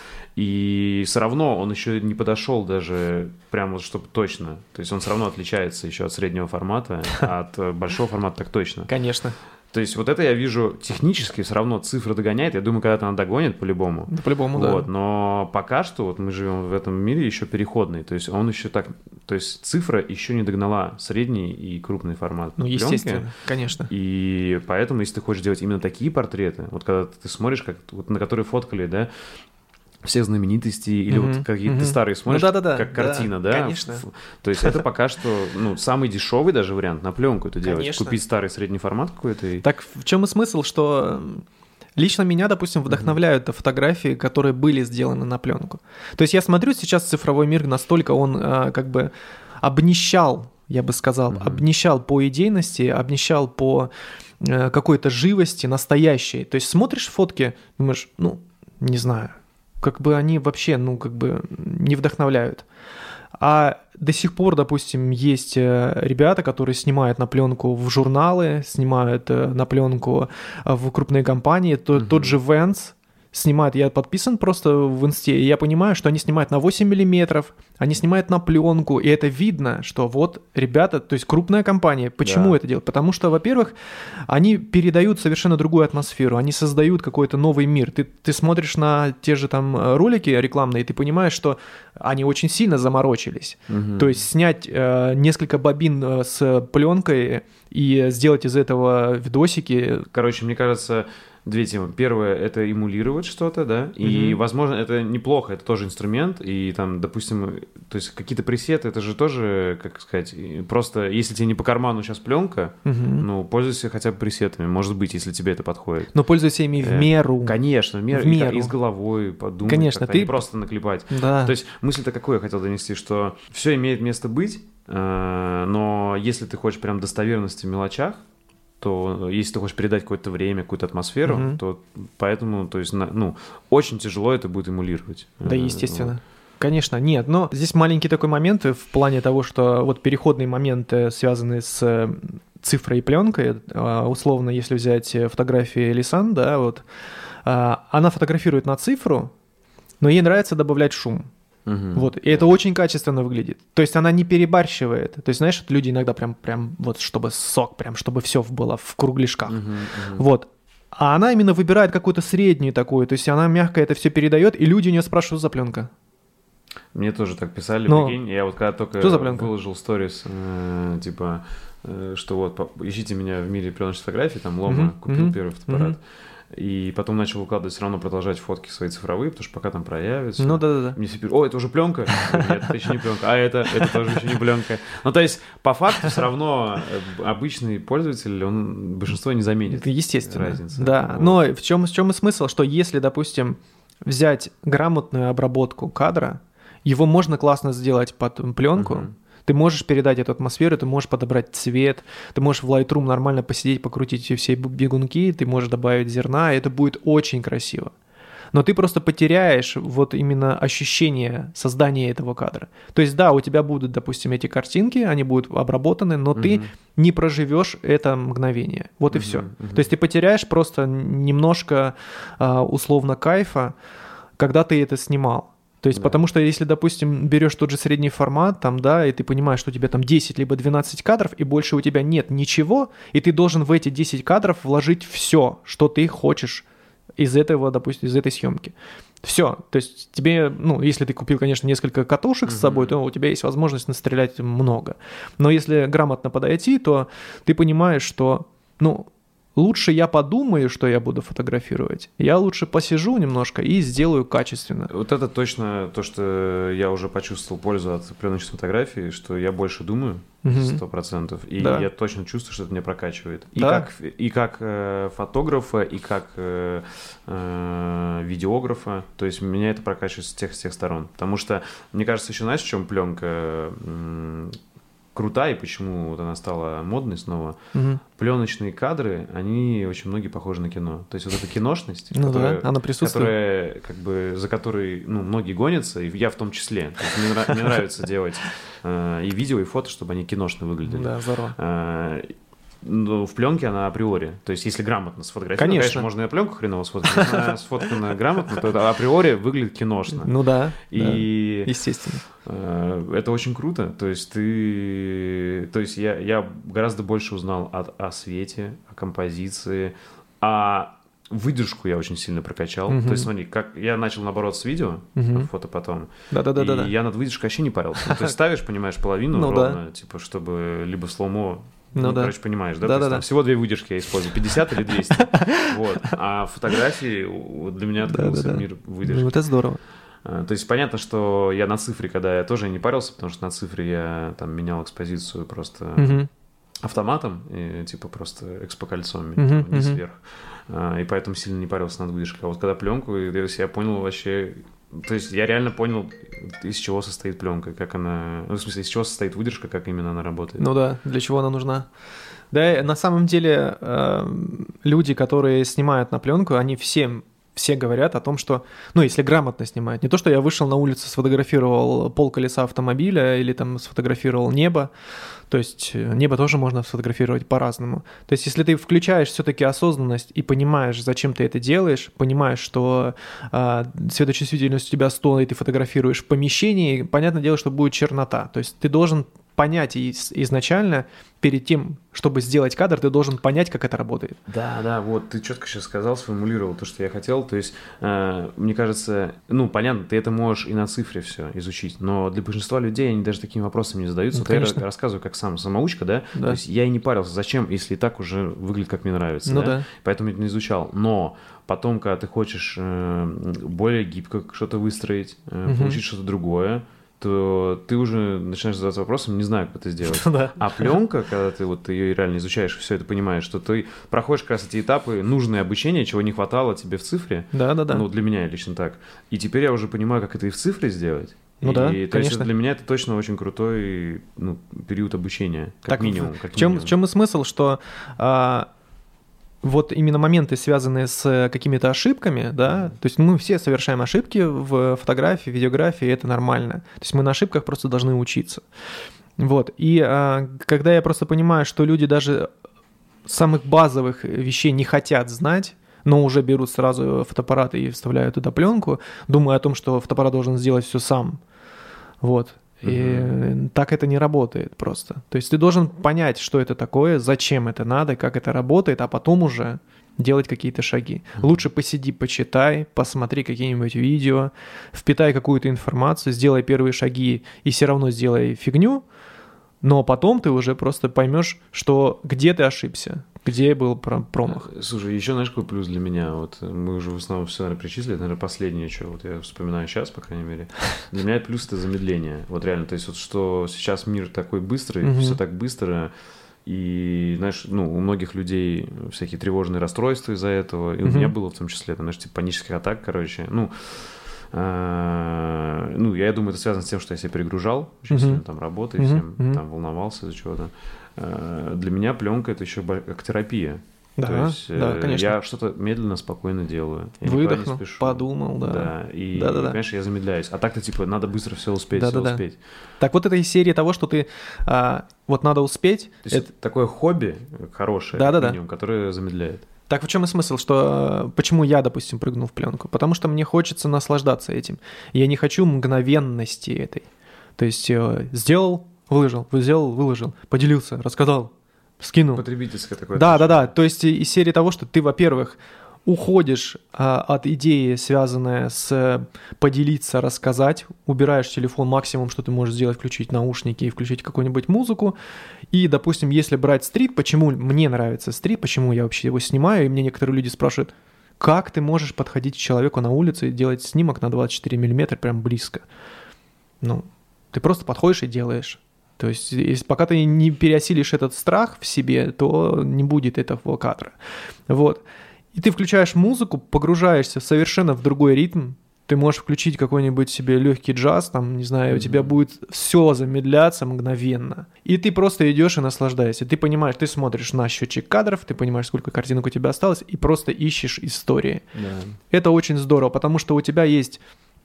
И все равно он еще не подошел даже прям вот, чтобы точно, то есть он все равно отличается еще от среднего формата, а от большого формата так точно. Конечно. То есть вот это я вижу технически все равно цифра догоняет. Я думаю, когда-то она догонит по-любому. Да, по-любому, вот, да. Но пока что вот мы живем в этом мире еще переходный. То есть он еще так... То есть цифра еще не догнала средний и крупный формат пленки. Естественно, конечно. И поэтому, если ты хочешь делать именно такие портреты, вот когда ты смотришь, как, вот, на которые фоткали, да, всех знаменитостей, или вот какие-то старые смотришь, как картина, да? Конечно. То есть это пока что самый дешевый даже вариант на пленку это делать. Конечно. Купить старый средний формат какой-то. Так в чем и смысл, что лично меня, допустим, вдохновляют фотографии, которые были сделаны на пленку. То есть я смотрю сейчас цифровой мир, настолько он как бы обнищал, я бы сказал, обнищал по идейности, обнищал по какой-то живости настоящей. То есть смотришь фотки, думаешь, не знаю, как бы они вообще, как бы не вдохновляют. А до сих пор, допустим, есть ребята, которые снимают на пленку в журналы, снимают на пленку в крупные компании. Тот же Vans снимает, я подписан просто в инсте, и я понимаю, что они снимают на 8 миллиметров, они снимают на пленку, и это видно, что вот ребята, то есть крупная компания, почему это делают? Потому что, во-первых, они передают совершенно другую атмосферу, они создают какой-то новый мир. Ты смотришь на те же там ролики рекламные, и ты понимаешь, что они очень сильно заморочились. То есть снять несколько бобин с пленкой и сделать из этого видосики. Короче, мне кажется... Две темы. Первое — это эмулировать что-то, да, и, возможно, это неплохо, это тоже инструмент, и там, допустим, то есть какие-то пресеты, это же тоже, как сказать, просто если тебе не по карману сейчас пленка, пользуйся хотя бы пресетами, может быть, если тебе это подходит. Но пользуйся ими в меру. Конечно, в меру. И с головой подумать, конечно, не просто наклепать. Да. То есть мысль-то какую я хотел донести, что все имеет место быть, но если ты хочешь прям достоверности в мелочах, то если ты хочешь передать какое-то время, какую-то атмосферу, то поэтому, то есть, очень тяжело это будет эмулировать. Да, естественно. Вот. Конечно, нет, но здесь маленький такой момент в плане того, что вот переходные моменты, связанные с цифрой и пленкой, условно, если взять фотографии Лисан, да, вот, она фотографирует на цифру, но ей нравится добавлять шум. Вот, и это очень качественно выглядит. То есть она не перебарщивает. То есть, знаешь, люди иногда прям вот, чтобы сок, прям, чтобы все было в кругляшках. Вот. А она именно выбирает какую-то среднюю такую. То есть она мягко это все передает, и люди у нее спрашивают, что за пленка. Мне тоже так писали, прикинь. Я вот когда только выложил сторис, типа, что вот, ищите меня в мире пленочной фотографии, там Лома купил первый фотоаппарат. И потом начал выкладывать, все равно продолжать фотки свои цифровые, потому что пока там проявится. Ну да. Мне все пишут: о, это уже пленка? Нет, это еще не пленка. А это тоже еще не пленка. Ну, то есть, по факту, все равно обычный пользователь, он большинство не заметит. Это естественно. Разницы. Да. Вот. Но в чем и смысл, что если, допустим, взять грамотную обработку кадра, его можно классно сделать под пленку. Ты можешь передать эту атмосферу, ты можешь подобрать цвет, ты можешь в Lightroom нормально посидеть, покрутить все бегунки, ты можешь добавить зерна, и это будет очень красиво. Но ты просто потеряешь вот именно ощущение создания этого кадра. То есть да, у тебя будут, допустим, эти картинки, они будут обработаны, но ты не проживешь это мгновение. Вот и все. То есть ты потеряешь просто немножко условно кайфа, когда ты это снимал. То есть, потому что если, допустим, берешь тот же средний формат, там, да, и ты понимаешь, что у тебя там 10 либо 12 кадров, и больше у тебя нет ничего, и ты должен в эти 10 кадров вложить все, что ты хочешь из этого, допустим, из этой съемки. Все. То есть тебе, ну, если ты купил, конечно, несколько катушек с собой, то у тебя есть возможность настрелять много. Но если грамотно подойти, то ты понимаешь, что, ну, лучше я подумаю, что я буду фотографировать. Я лучше посижу немножко и сделаю качественно. Вот это точно то, что я уже почувствовал пользу от пленочной фотографии, что я больше думаю 100%. И я точно чувствую, что это меня прокачивает. И как фотографа, и как видеографа. То есть меня это прокачивает с тех сторон. Потому что, мне кажется, еще знаешь, в чем пленка крутая, и почему вот она стала модной снова. Пленочные кадры, они очень многие похожи на кино. То есть вот эта киношность, она присутствует, которая, как бы, за которой, ну, многие гонятся, и я в том числе. То есть мне нравится делать и видео, и фото, чтобы они киношно выглядели. Да, здорово. Но в пленке она априори. То есть, если грамотно сфотографировать, конечно, можно и пленку хреново сфотографировать, но она сфоткана грамотно, то это априори выглядит киношно. Ну да, и естественно. Это очень круто. То есть я гораздо больше узнал о свете, о композиции, выдержку я очень сильно прокачал. То есть, смотри, как я начал, наоборот, с видео, фото потом. Да. И я над выдержкой вообще не парился. То есть ставишь, понимаешь, половину ровно, типа, чтобы либо слоумо. Короче, понимаешь, да? Да. Всего 2 выдержки я использую, 50 или 200. Вот. А фотографии для меня открылся мир выдержки. Ну, это здорово. То есть понятно, что я на цифре, когда я тоже не парился, потому что на цифре я там менял экспозицию просто автоматом, и, типа просто экспокольцом, вниз вверх. И поэтому сильно не парился над выдержкой. А вот когда пленку, я понял вообще... То есть я реально понял, из чего состоит пленка, как она... Ну, в смысле, из чего состоит выдержка, как именно она работает. Ну да, для чего она нужна. Да, на самом деле люди, которые снимают на пленку, они все говорят о том, что, ну, если грамотно снимают, не то, что я вышел на улицу, сфотографировал полколеса автомобиля или там сфотографировал небо, то есть небо тоже можно сфотографировать по-разному. То есть если ты включаешь все-таки осознанность и понимаешь, зачем ты это делаешь, понимаешь, что светочувствительность у тебя 100, и ты фотографируешь в помещении, понятное дело, что будет чернота. То есть ты должен понять изначально, перед тем, чтобы сделать кадр, ты должен понять, как это работает. Да, вот ты четко сейчас сказал, сформулировал то, что я хотел. То есть, мне кажется, ну, понятно, ты это можешь и на цифре все изучить, но для большинства людей они даже такими вопросами не задаются. Ну, вот я рассказываю как самоучка, да? То есть я и не парился, зачем, если и так уже выглядит, как мне нравится. Ну да. Поэтому я это не изучал. Но потом, когда ты хочешь более гибко что-то выстроить, получить что-то другое, то ты уже начинаешь задаваться вопросом, не знаю, как это сделать. А пленка, когда ты вот ее реально изучаешь, все это понимаешь, что ты проходишь как раз эти этапы, нужное обучение, чего не хватало тебе в цифре. Да. Ну, для меня лично так. И теперь я уже понимаю, как это и в цифре сделать. Ну да, то конечно. есть для меня это точно очень крутой период обучения, как минимум. В чем и смысл, что... вот именно моменты, связанные с какими-то ошибками, да, то есть мы все совершаем ошибки в фотографии, видеографии, это нормально. То есть мы на ошибках просто должны учиться. Вот, и когда я просто понимаю, что люди даже самых базовых вещей не хотят знать, но уже берут сразу фотоаппарат и вставляют туда пленку, думая о том, что фотоаппарат должен сделать все сам, вот. И так это не работает просто. То есть ты должен понять, что это такое, зачем это надо, как это работает, а потом уже делать какие-то шаги. Лучше посиди, почитай, посмотри какие-нибудь видео, впитай какую-то информацию, сделай первые шаги и все равно сделай фигню, но потом ты уже просто поймешь, что где ты ошибся, где был промах. Слушай, еще, знаешь, какой плюс для меня? Вот мы уже в основном все, наверное, перечислили, наверное, последнее, что вот я вспоминаю сейчас, по крайней мере. Для меня плюс — это замедление. Вот реально, то есть вот что сейчас мир такой быстрый, все так быстро, и, знаешь, ну, у многих людей всякие тревожные расстройства из-за этого, и у меня было в том числе, там, знаешь, типа панических атак, короче, я думаю, это связано с тем, что я себя перегружал очень сильно, там, работой всем, там, волновался из-за чего-то. Для меня пленка — это еще как терапия. Да, то есть конечно. я что-то медленно, спокойно делаю. Я выдохнул, не спешу. подумал, да. Да, и, конечно, я замедляюсь. А так-то, типа, надо быстро все успеть, успеть. Так вот это из серии того, что ты вот надо успеть. То есть это такое хобби хорошее, минимум, которое замедляет. Так в чем и смысл, что почему я, допустим, прыгнул в пленку? Потому что мне хочется наслаждаться этим. Я не хочу мгновенности этой. То есть сделал, выложил, поделился, рассказал, скинул. Потребительское такое. Да. То есть из серии того, что ты, во-первых, уходишь от идеи, связанной с поделиться, рассказать, убираешь телефон, максимум, что ты можешь сделать, включить наушники и включить какую-нибудь музыку. И, допустим, если брать стрит, почему мне нравится стрит, почему я вообще его снимаю, и мне некоторые люди спрашивают, как ты можешь подходить к человеку на улице и делать снимок на 24 миллиметра прям близко? Ну, ты просто подходишь и делаешь. То есть, пока ты не переосилишь этот страх в себе, то не будет этого кадра. Вот. И ты включаешь музыку, погружаешься совершенно в другой ритм. Ты можешь включить какой-нибудь себе легкий джаз, там, не знаю, у тебя будет все замедляться мгновенно. И ты просто идешь и наслаждаешься. Ты понимаешь, ты смотришь на счетчик кадров, ты понимаешь, сколько картинок у тебя осталось, и просто ищешь истории. Да. Это очень здорово, потому что у тебя есть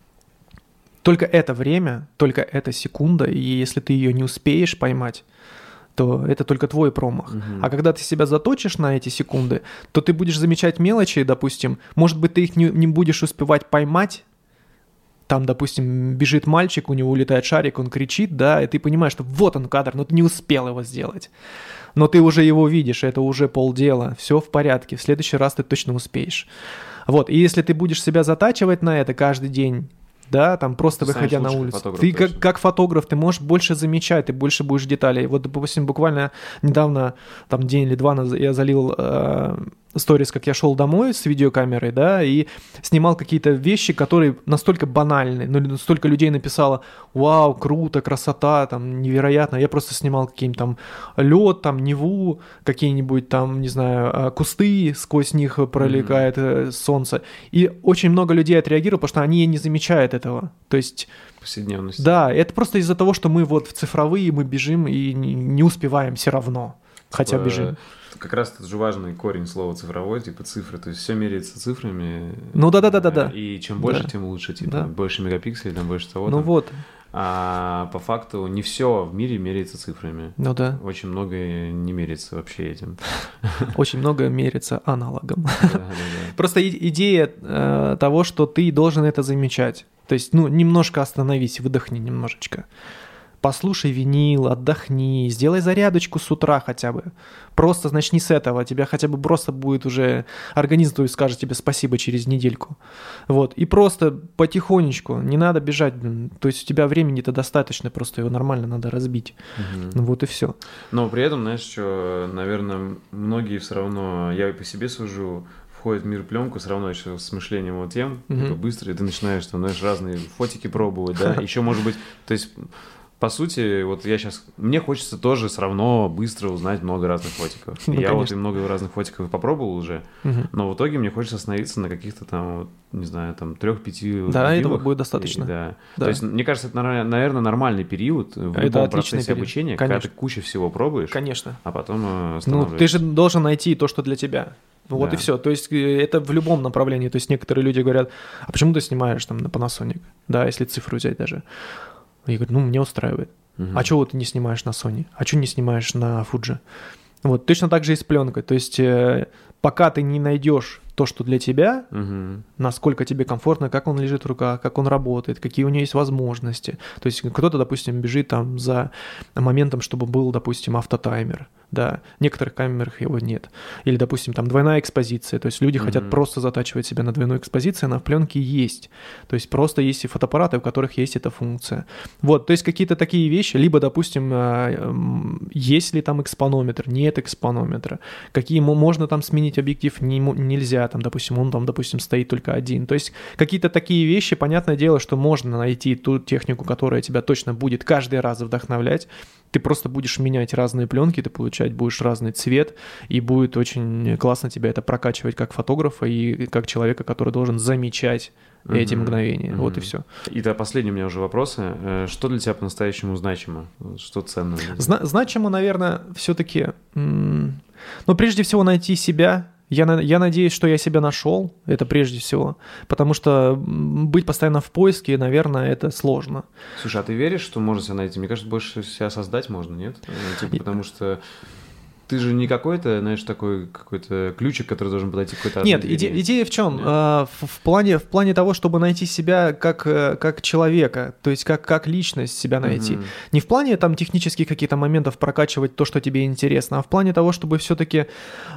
только это время, только эта секунда, и если ты ее не успеешь поймать, то это только твой промах. А когда ты себя заточишь на эти секунды, то ты будешь замечать мелочи, допустим, может быть, ты их не будешь успевать поймать. Там, допустим, бежит мальчик, у него улетает шарик, он кричит, да, и ты понимаешь, что вот он кадр, но ты не успел его сделать. Но ты уже его видишь, это уже полдела, все в порядке, в следующий раз ты точно успеешь. Вот, и если ты будешь себя затачивать на это каждый день, да, там просто ты выходя на улицу. Ты как фотограф, ты можешь больше замечать, ты больше будешь деталей. Вот, допустим, буквально недавно, там день или два назад, я залил сторис, как я шел домой с видеокамерой, да, и снимал какие-то вещи, которые настолько банальны, но настолько людей написало: вау, круто, красота, там, невероятно. Я просто снимал какие-нибудь там лед, там, Неву, какие-нибудь там, не знаю, кусты, сквозь них пролегает солнце. И очень много людей отреагировало, потому что они не замечают этого. То есть... Повседневность. Да, это просто из-за того, что мы вот в цифровые, мы бежим и не успеваем все равно, хотя бежим. Как раз это же важный корень слова цифровой, типа цифры, то есть все меряется цифрами. Ну да. И чем больше, тем лучше, типа больше мегапикселей, там больше того. Ну там. вот. А по факту не все в мире меряется цифрами. Ну да. Очень многое не меряется вообще этим. Очень многое меряется аналогом. Просто идея того, что ты должен это замечать. То есть, немножко остановись, выдохни немножечко. Послушай винил, отдохни, сделай зарядочку с утра хотя бы. Просто начни с этого, тебя хотя бы просто будет уже... Организм твой скажет тебе спасибо через недельку. Вот, и просто потихонечку, не надо бежать. То есть у тебя времени-то достаточно, просто его нормально надо разбить. Вот и все. Но при этом, знаешь, что, наверное, многие все равно, я и по себе сужу, входит в мир пленку, все равно еще с мышлением вот тем, типа быстро, и ты начинаешь, там, знаешь, разные фотики пробовать, да, еще, может быть, то есть... По сути, вот я сейчас... Мне хочется тоже все равно быстро узнать много разных фотиков. Я вот и много разных фотиков попробовал уже, но в итоге мне хочется остановиться на каких-то там, вот, не знаю, там 3-5... Да, этого будет достаточно. Да. То есть, мне кажется, это, наверное, нормальный период в любом процессе обучения, когда ты кучу всего пробуешь, а потом останавливаешься. Ты же должен найти то, что для тебя. Вот и все. То есть это в любом направлении. То есть некоторые люди говорят: а почему ты снимаешь там на Panasonic? Да, если цифру взять даже. Я говорю: мне устраивает. А чего ты не снимаешь на Sony? А чего не снимаешь на Fuji? Вот, точно так же и с пленкой. То есть пока ты не найдешь то, что для тебя, насколько тебе комфортно, как он лежит в руках, как он работает, какие у него есть возможности. То есть кто-то, допустим, бежит там за моментом, чтобы был, допустим, автотаймер. Да, в некоторых камерах его нет. Или, допустим, там двойная экспозиция. То есть люди хотят просто затачивать себя на двойной экспозиции, она в пленке есть. То есть просто есть и фотоаппараты, у которых есть эта функция. Вот, то есть какие-то такие вещи, либо, допустим, есть ли там экспонометр, нет экспонометра, какие можно там сменить объектив, нельзя, там, допустим, он там, допустим, стоит только один. То есть какие-то такие вещи, понятное дело, что можно найти ту технику, которая тебя точно будет каждый раз вдохновлять. Ты просто будешь менять разные пленки, ты получать будешь разный цвет, и будет очень классно тебя это прокачивать как фотографа и как человека, который должен замечать эти мгновения. Вот и все. И да, последний у меня уже вопросы. Что для тебя по-настоящему значимо? Что ценно? Значимо, наверное, все-таки, прежде всего найти себя. Я надеюсь, что я себя нашел, это прежде всего, потому что быть постоянно в поиске, наверное, это сложно. Слушай, а ты веришь, что можно себя найти? Мне кажется, больше себя создать можно, нет? Потому что ты же не какой-то, знаешь, такой какой-то ключик, который должен подойти к какой-то... Нет, идея в чем? В плане того, чтобы найти себя как человека, то есть как личность себя найти. Не в плане там технических каких-то моментов прокачивать то, что тебе интересно, а в плане того, чтобы все-таки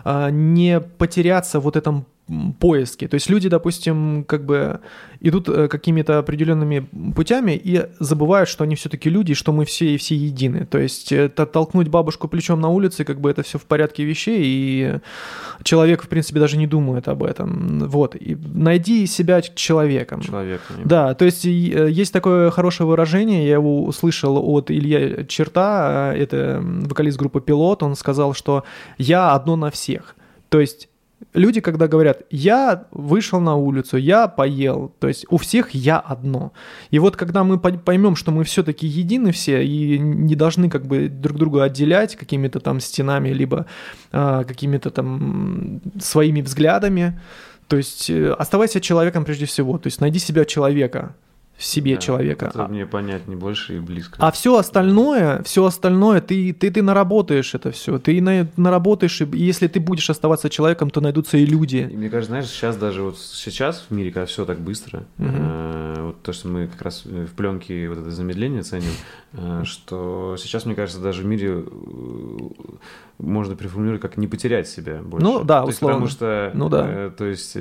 не потеряться в вот этом поиске. То есть люди, допустим, как бы идут какими-то определенными путями и забывают, что они все-таки люди, что мы все едины. То есть толкнуть бабушку плечом на улице, как бы это все в порядке вещей, и человек, в принципе, даже не думает об этом. Вот. И найди себя человеком. Да, то есть есть такое хорошее выражение, я его услышал от Илья Черта, это вокалист группы «Пилот», он сказал, что «я одно на всех». То есть люди, когда говорят, я вышел на улицу, я поел, то есть у всех я одно. И вот когда мы поймем, что мы все-таки едины все и не должны как бы друг друга отделять какими-то там стенами, либо какими-то там своими взглядами, то есть оставайся человеком прежде всего, то есть найди себя человека. В себе человека. Это мне понятнее больше и близко. А все остальное, ты наработаешь это все. Ты наработаешь, и если ты будешь оставаться человеком, то найдутся и люди. И мне кажется, знаешь, сейчас даже вот сейчас в мире, когда все так быстро, вот то, что мы как раз в пленке вот это замедление ценим, что сейчас, мне кажется, даже в мире можно переформулировать, как не потерять себя больше. Ну да, условно. Потому что, то есть...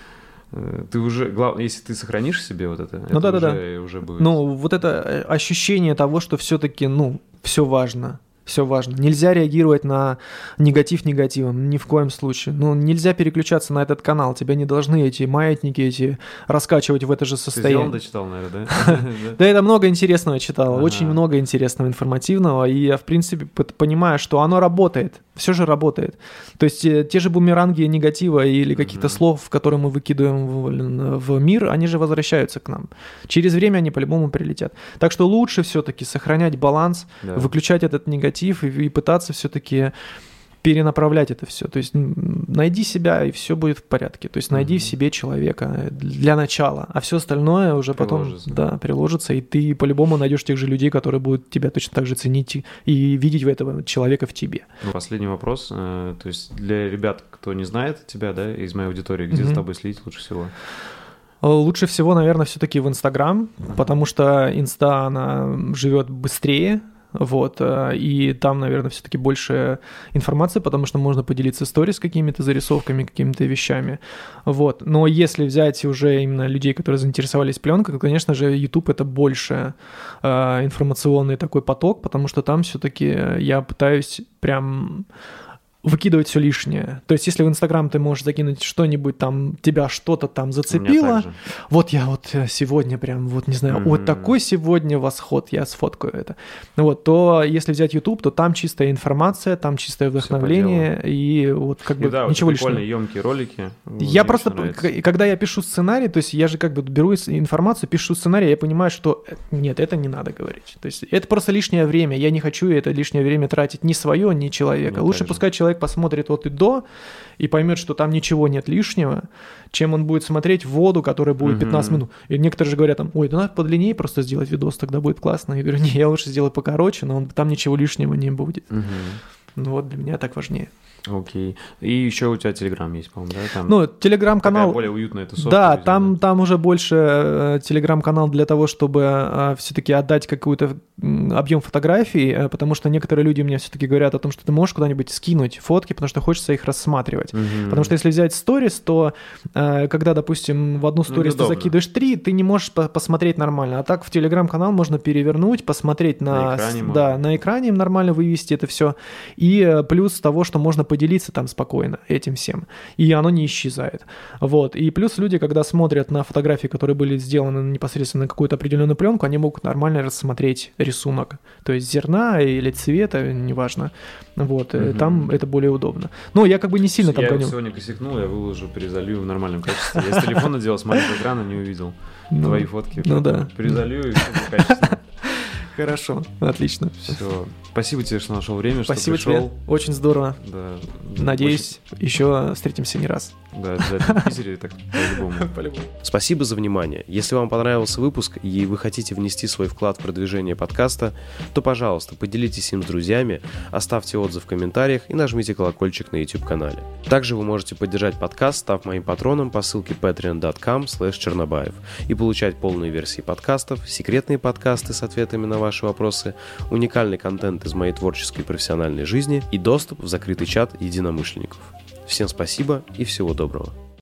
Ты уже, главное, если ты сохранишь в себе вот это, уже будет. Вот это ощущение того, что все-таки, все важно. Все важно. Нельзя реагировать на негатив негативом, ни в коем случае. Нельзя переключаться на этот канал. Тебя не должны эти маятники эти раскачивать в это же состояние. Ты дочитал, наверное, да? Да, это много интересного читал. Очень много интересного, информативного. И я, в принципе, понимаю, что оно работает. Все же работает. То есть те же бумеранги негатива или каких-то слов, которые мы выкидываем в мир, они же возвращаются к нам. Через время они по-любому прилетят. Так что лучше все-таки сохранять баланс, выключать этот негатив и пытаться все-таки перенаправлять это все. То есть найди себя, и все будет в порядке. То есть найди в себе человека для начала, а все остальное уже потом приложится, и ты по-любому найдешь тех же людей, которые будут тебя точно так же ценить и видеть в этого человека в тебе. Последний вопрос. То есть для ребят, кто не знает тебя, да, из моей аудитории, где за тобой следить лучше всего? Лучше всего, наверное, все-таки в Инстаграм, потому что Инста, она живет быстрее, вот, и там, наверное, все-таки больше информации, потому что можно поделиться сторис какими-то зарисовками, какими-то вещами, вот. Но если взять уже именно людей, которые заинтересовались пленкой, то, конечно же, YouTube — это больше информационный такой поток, потому что там все-таки я пытаюсь прям выкидывать все лишнее. То есть, если в Инстаграм ты можешь закинуть что-нибудь там, тебя что-то там зацепило, вот я вот сегодня прям, вот не знаю, вот такой сегодня восход, я сфоткаю это. Вот, то если взять YouTube, то там чистая информация, там чистое вдохновление, и вот как бы ничего лишнего. Прикольные, ёмкие ролики. Я просто, когда я пишу сценарий, то есть я же как бы беру информацию, пишу сценарий, я понимаю, что нет, это не надо говорить. То есть это просто лишнее время, я не хочу это лишнее время тратить ни свое, ни человека. Лучше пускай человек посмотрит от и до и поймет, что там ничего нет лишнего, чем он будет смотреть воду, которая будет 15 минут. И некоторые же говорят, ой, да надо подлиннее просто сделать видос, тогда будет классно. Я говорю, не, я лучше сделаю покороче, но там ничего лишнего не будет. Ну вот для меня так важнее. Окей. И еще у тебя Телеграм есть, по-моему, да? Там Ну, Телеграм-канал... более уютная тусовка. Да, там уже больше Телеграм-канал для того, чтобы все-таки отдать какой-то объем фотографий, потому что некоторые люди мне все-таки говорят о том, что ты можешь куда-нибудь скинуть фотки, потому что хочется их рассматривать. Потому что если взять сторис, то когда, допустим, в одну сторис ты закидываешь 3, ты не можешь посмотреть нормально. А так в Телеграм-канал можно перевернуть, посмотреть на экране нормально вывести это все. И плюс того, что можно поделиться там спокойно этим всем. И оно не исчезает. Вот. И плюс люди, когда смотрят на фотографии, которые были сделаны непосредственно на какую-то определенную пленку, они могут нормально рассмотреть рисунок. То есть зерна или цвета, неважно. Вот. Там это более удобно. Но я как бы не сильно там гоню. Я сегодня косякнул, я выложу, перезалью в нормальном качестве. Я с телефона делал, с маленького экрана не увидел твои фотки. Ну да. Перезалью и все качественно. Хорошо, отлично. Все. Спасибо тебе, что нашел время, Спасибо что пришел. тебе, очень здорово. Да. Надеюсь, еще встретимся не раз. Да, обязательно в Питере, так по-любому. Спасибо за внимание. Если вам понравился выпуск и вы хотите внести свой вклад в продвижение подкаста, то, пожалуйста, поделитесь им с друзьями, оставьте отзыв в комментариях и нажмите колокольчик на YouTube-канале. Также вы можете поддержать подкаст, став моим патроном по ссылке patreon.com/чернобаев и получать полные версии подкастов, секретные подкасты с ответами на ваши вопросы, уникальный контент из моей творческой и профессиональной жизни и доступ в закрытый чат единомышленников. Всем спасибо и всего доброго.